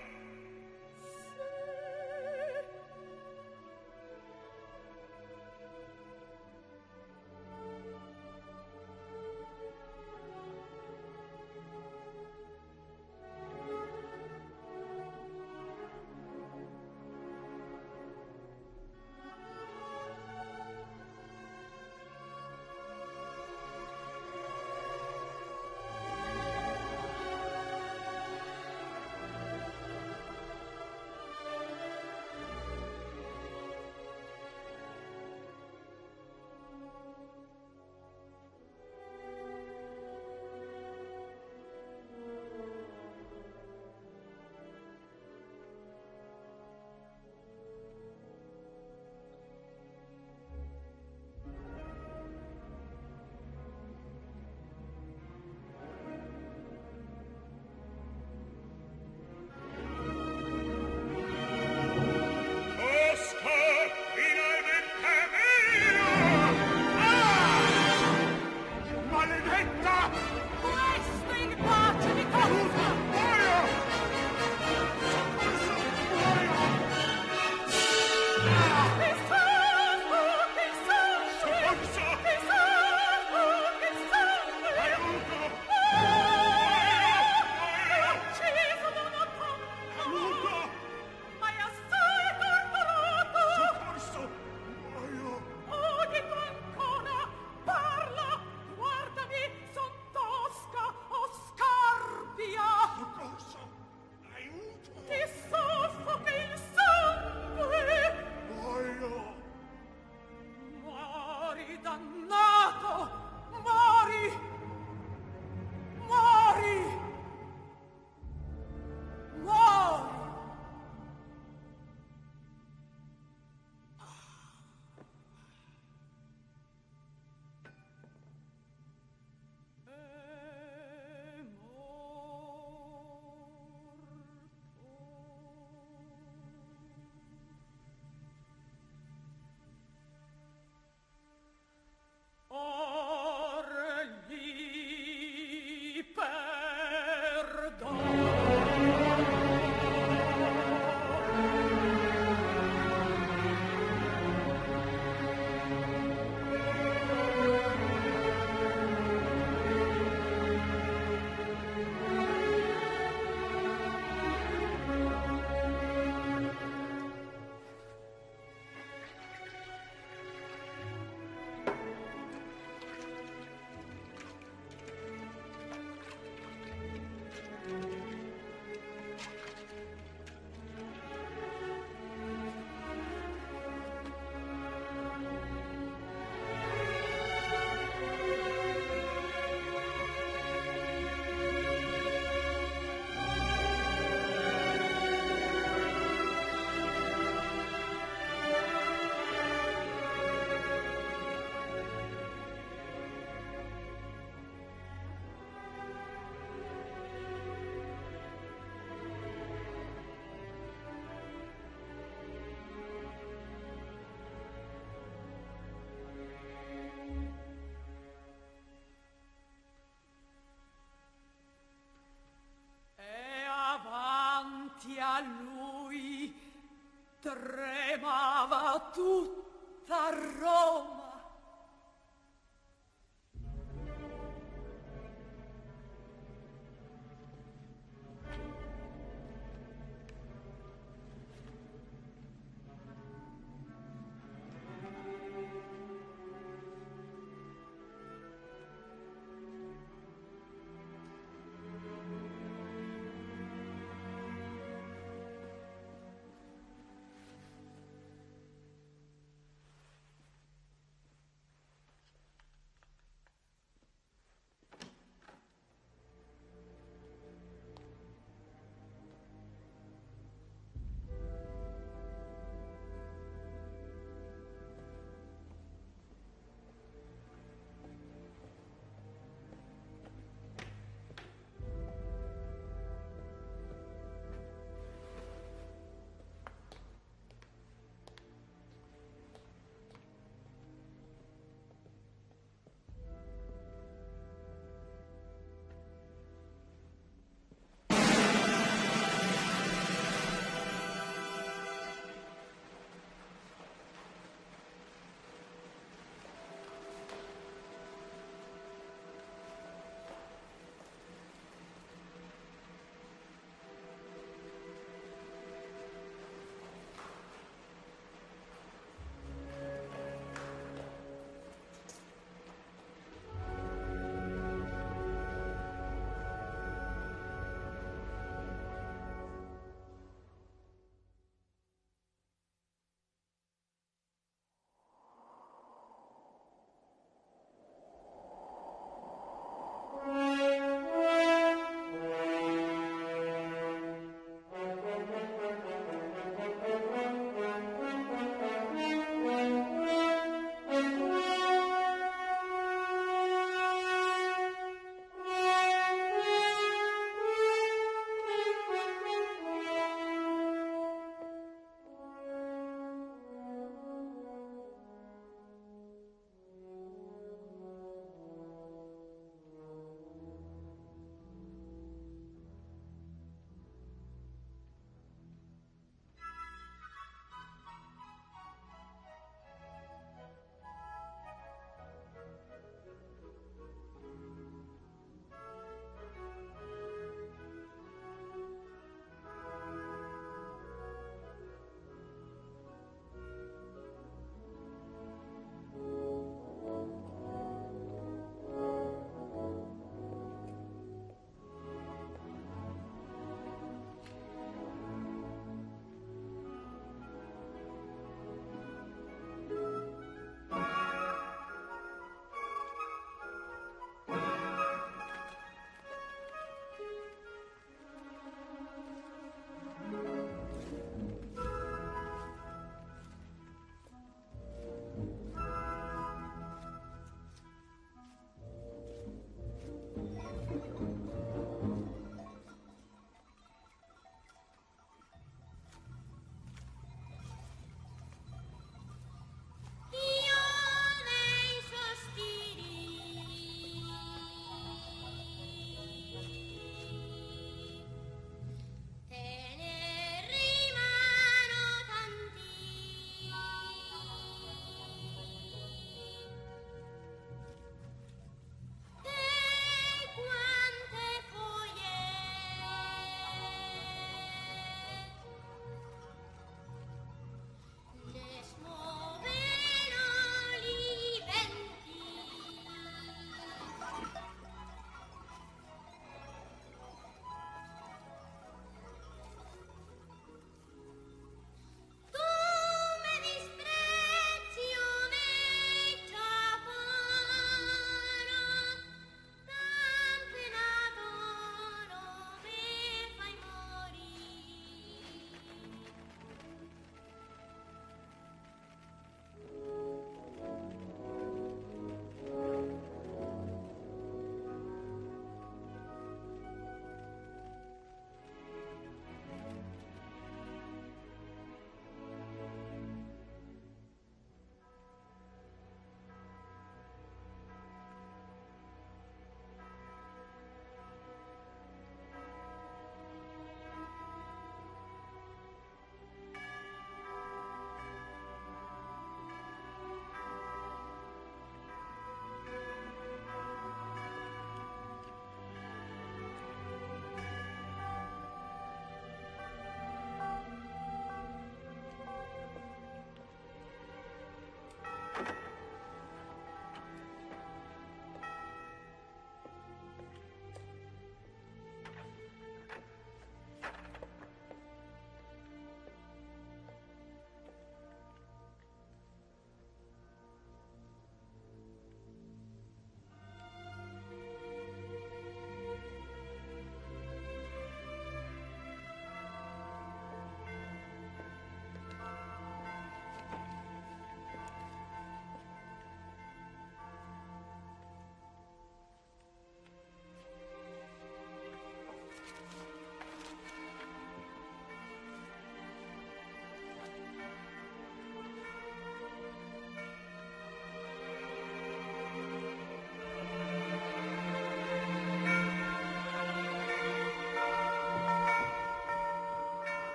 tutta Roma.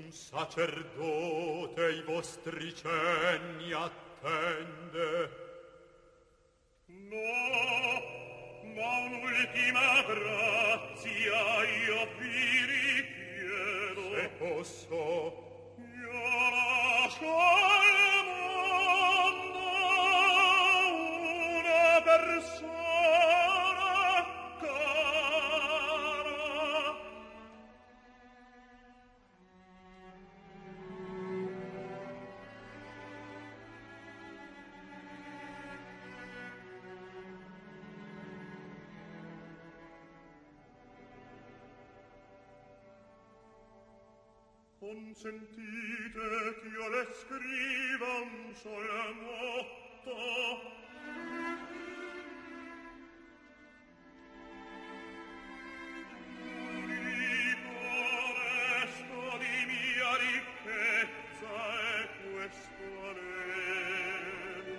Un sacerdote i vostri cenni attende. No, ma un'ultima grazia io vi richiedo. Se posso. Io lascio al mondo una persona cara. Consentite ch'io le scriva un sol motto. L'unico resto di mia ricchezza è questo anello.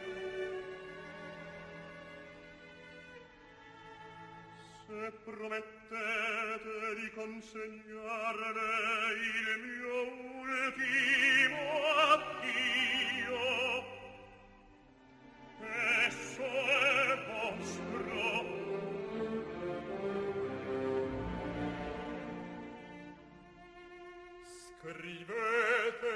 Se promettete di consegnarle il mio ultimo addio, esso è vostro. Scrivete.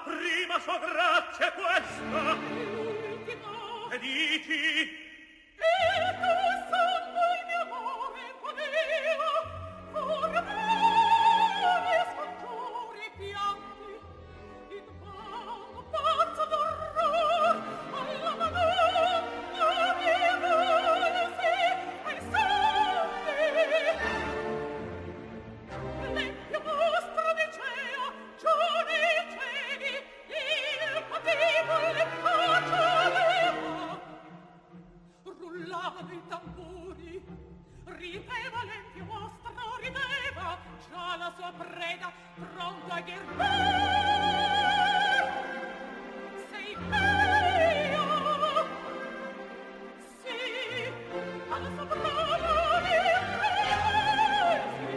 prima sua grazia è questa. L'ultima. E dici? Il tuo sangue, il mio amore, voleva, ormai scongiuri pianti, in vano pazzo d'orror, alla Madonna mi volsi ai santi. L'empio mostro dicea, giù nei cieli, il patibolo faceva. Rullavano i tamburi, rideva l'empio mostro, rideva già la sua preda pronto a ghermar. Sei mia, sì, alla sua brava mi presi.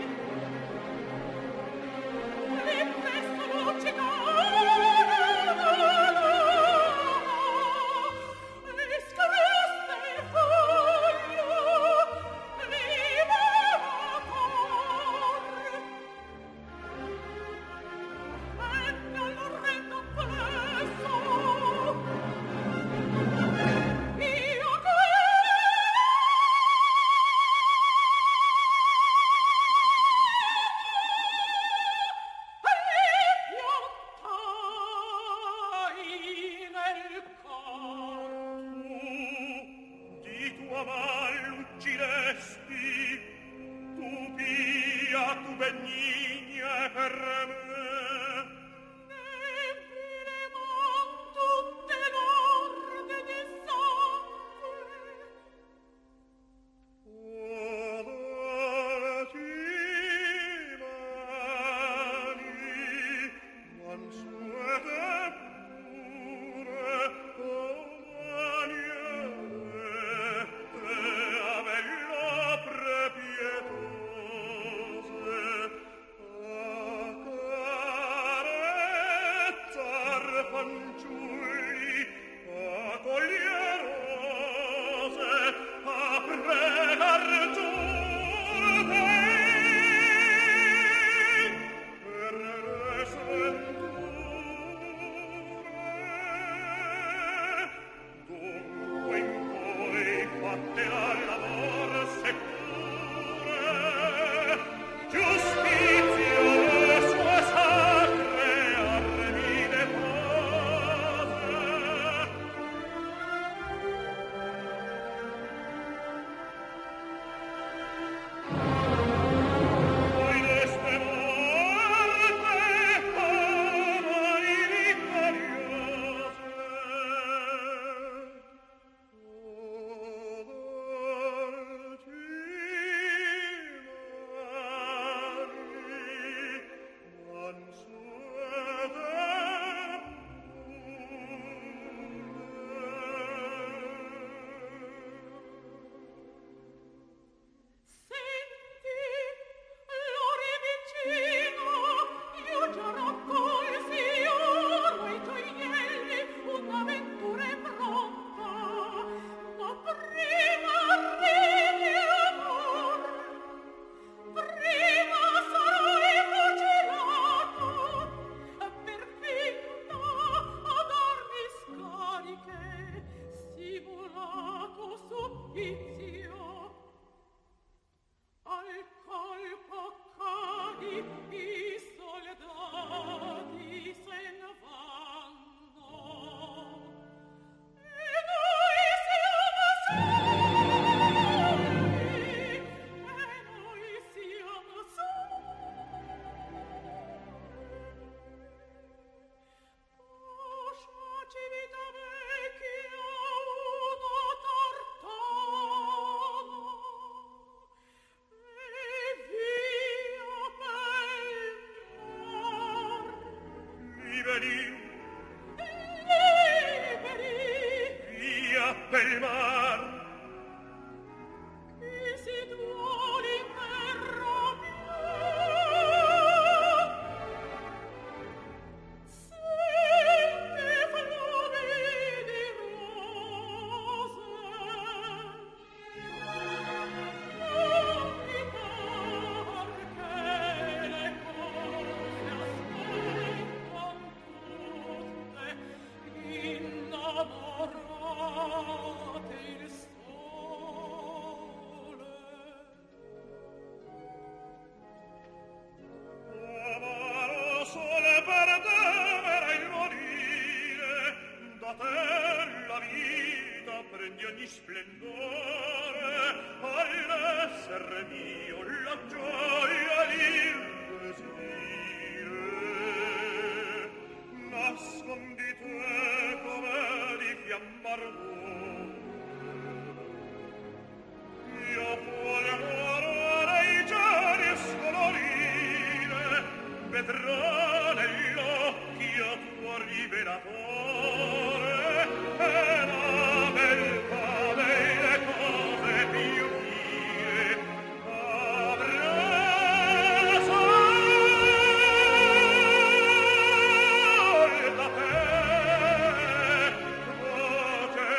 Li presto lucicare, li scriste il foglio, li marator. Venne all'orrendo appresso, io che piantai nel cor. Di tua mal uccidesti, tu pia, tu benigna per me. Nebile mon tutte l'orde di sangue. Odorati mani, mansuete pure, o maniere, avello prepietose, accarezzar fanciulli, a coglierose, a pregar giurte, per le sventure. Dunque in voi fatte l'amor secure, giustizia le sue sacre armi depose. Voi deste morte, amai vittoriose. Odorati mani, mansuete Senti, l'ore vicino, io già raccolsi oro ai gioielli, un'avventura è pronta, ma prima arrivi amor, prima sarai fucilato, per finta a darmi scariche, simulato supplizio. Al colpo cadi, i soldati se ne vanno, e noi siamo soli, e noi siamo soli. Posciaci vita vecchia una tartana, e via pel mar. liberi, Liberi, via pel mar. chi si duole in terra mia. Senti fiumi di rose, non mi par che le cose aspettano tu. gioia il desire, nascondi te come di fiammar d'oro. Io voglio adorare i giorni scolorire, vedrò negli occhi a tuo rivelatore e la beltà delle cose più mie avrà sol da te voce.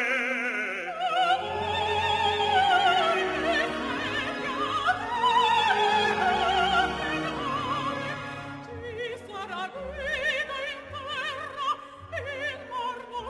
Ci sarà guida in terra e il morno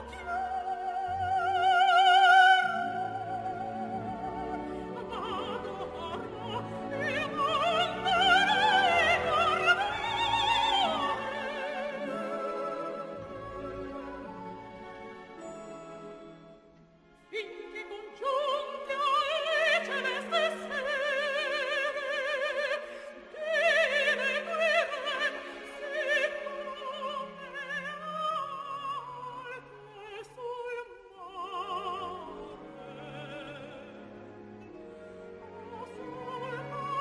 finché congiunte alle celeste sere dire guerre si come alte sul mare o sul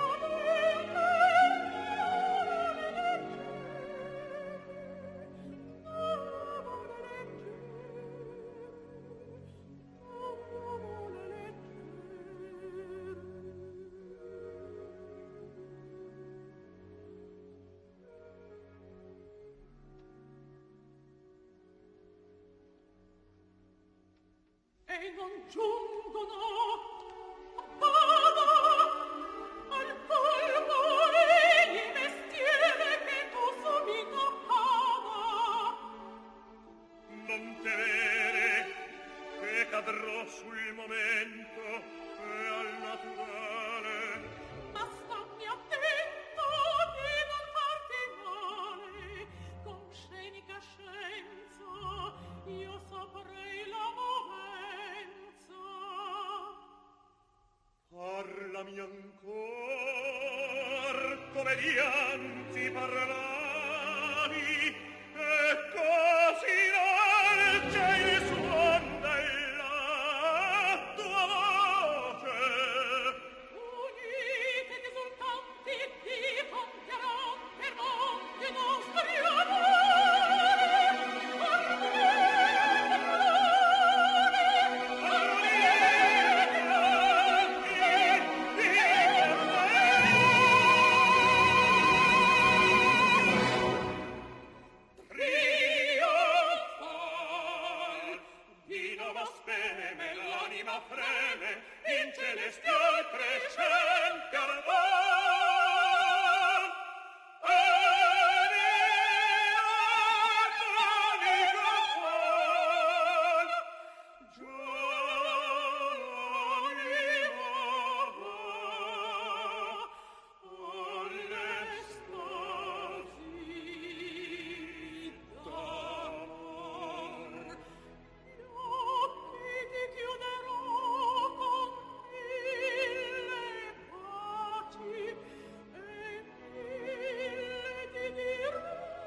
e non giungono a bada al colmo egli mestiere che tu subito accada. Non temere che cadrò sul momento e al naturale. Ma stammi attento di non farti male, con scenica scienza io saprei la movenza. Parlami ancor come dianzi parlavi e così dolce il suon della tua voce. Unite ed esultanti diffonderanno per monti i nostri amori. Trionfal, vino ma speme l'anima freme in celestial crescente ardor. E mirato amico tuo, giovanima va all'estasi d'amor. Gli occhi ti chiuderò con mille baci e mille ti dirò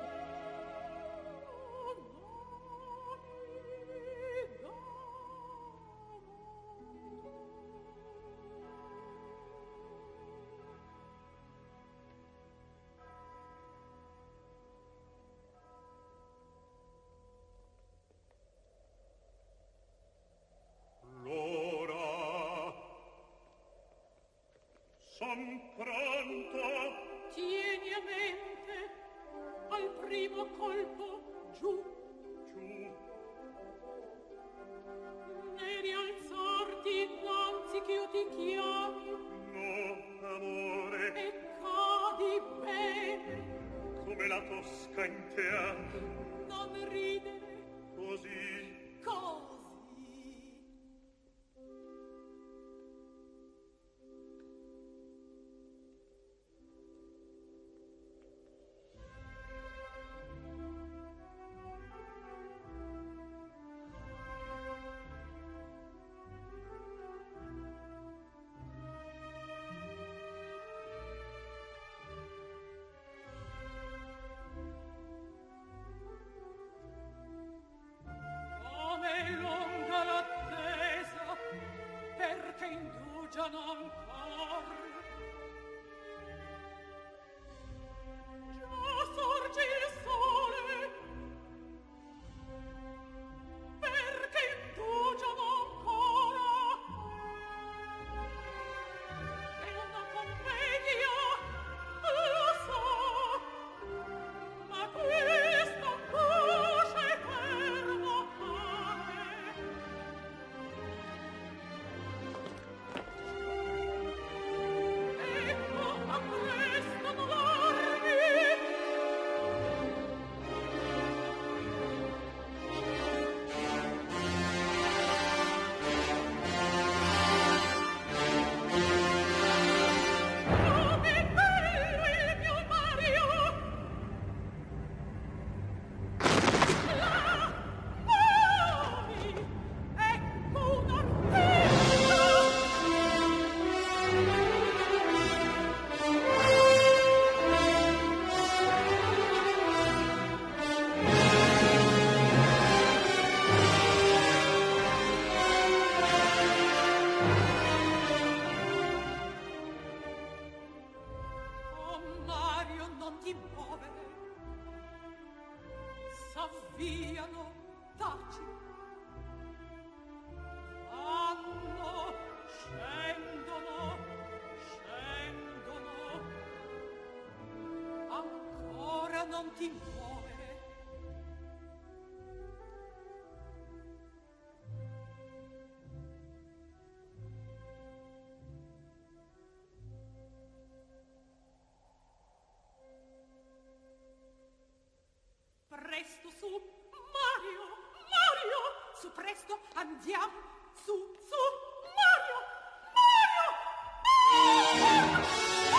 nomi l'ora. Son pronto. tieni a mente al primo colpo giù Giù, ne rialzarti innanzi che io ti chiami no, amore, e cadi bene, come la tosca in teatro, non ridere così. così. non ti muovere. S'avviano, taci. Vanno, scendono, scendono. Ancora non ti muovere. Presto su, Mario, Mario, su presto, andiamo, su, su, Mario, Mario, Mario,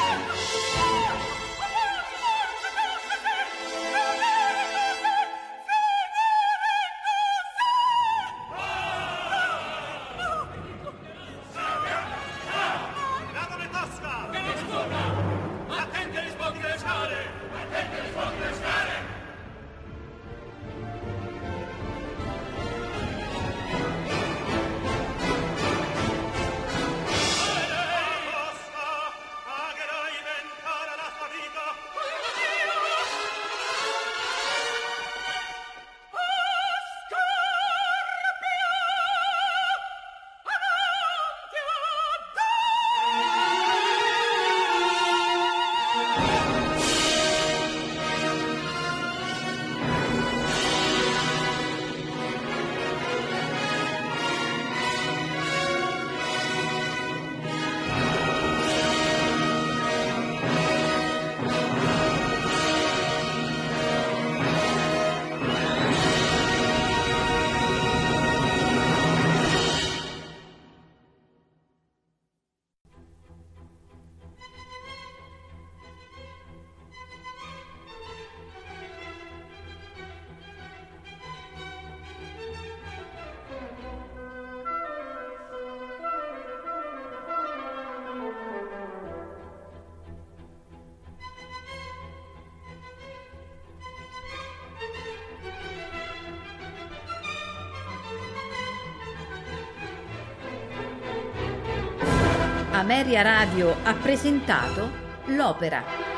La dove Tosca! Che ne scorda! Attenti agli sbocchi delle scale! Attenti agli sbocchi delle scale! Ameria Radio ha presentato l'opera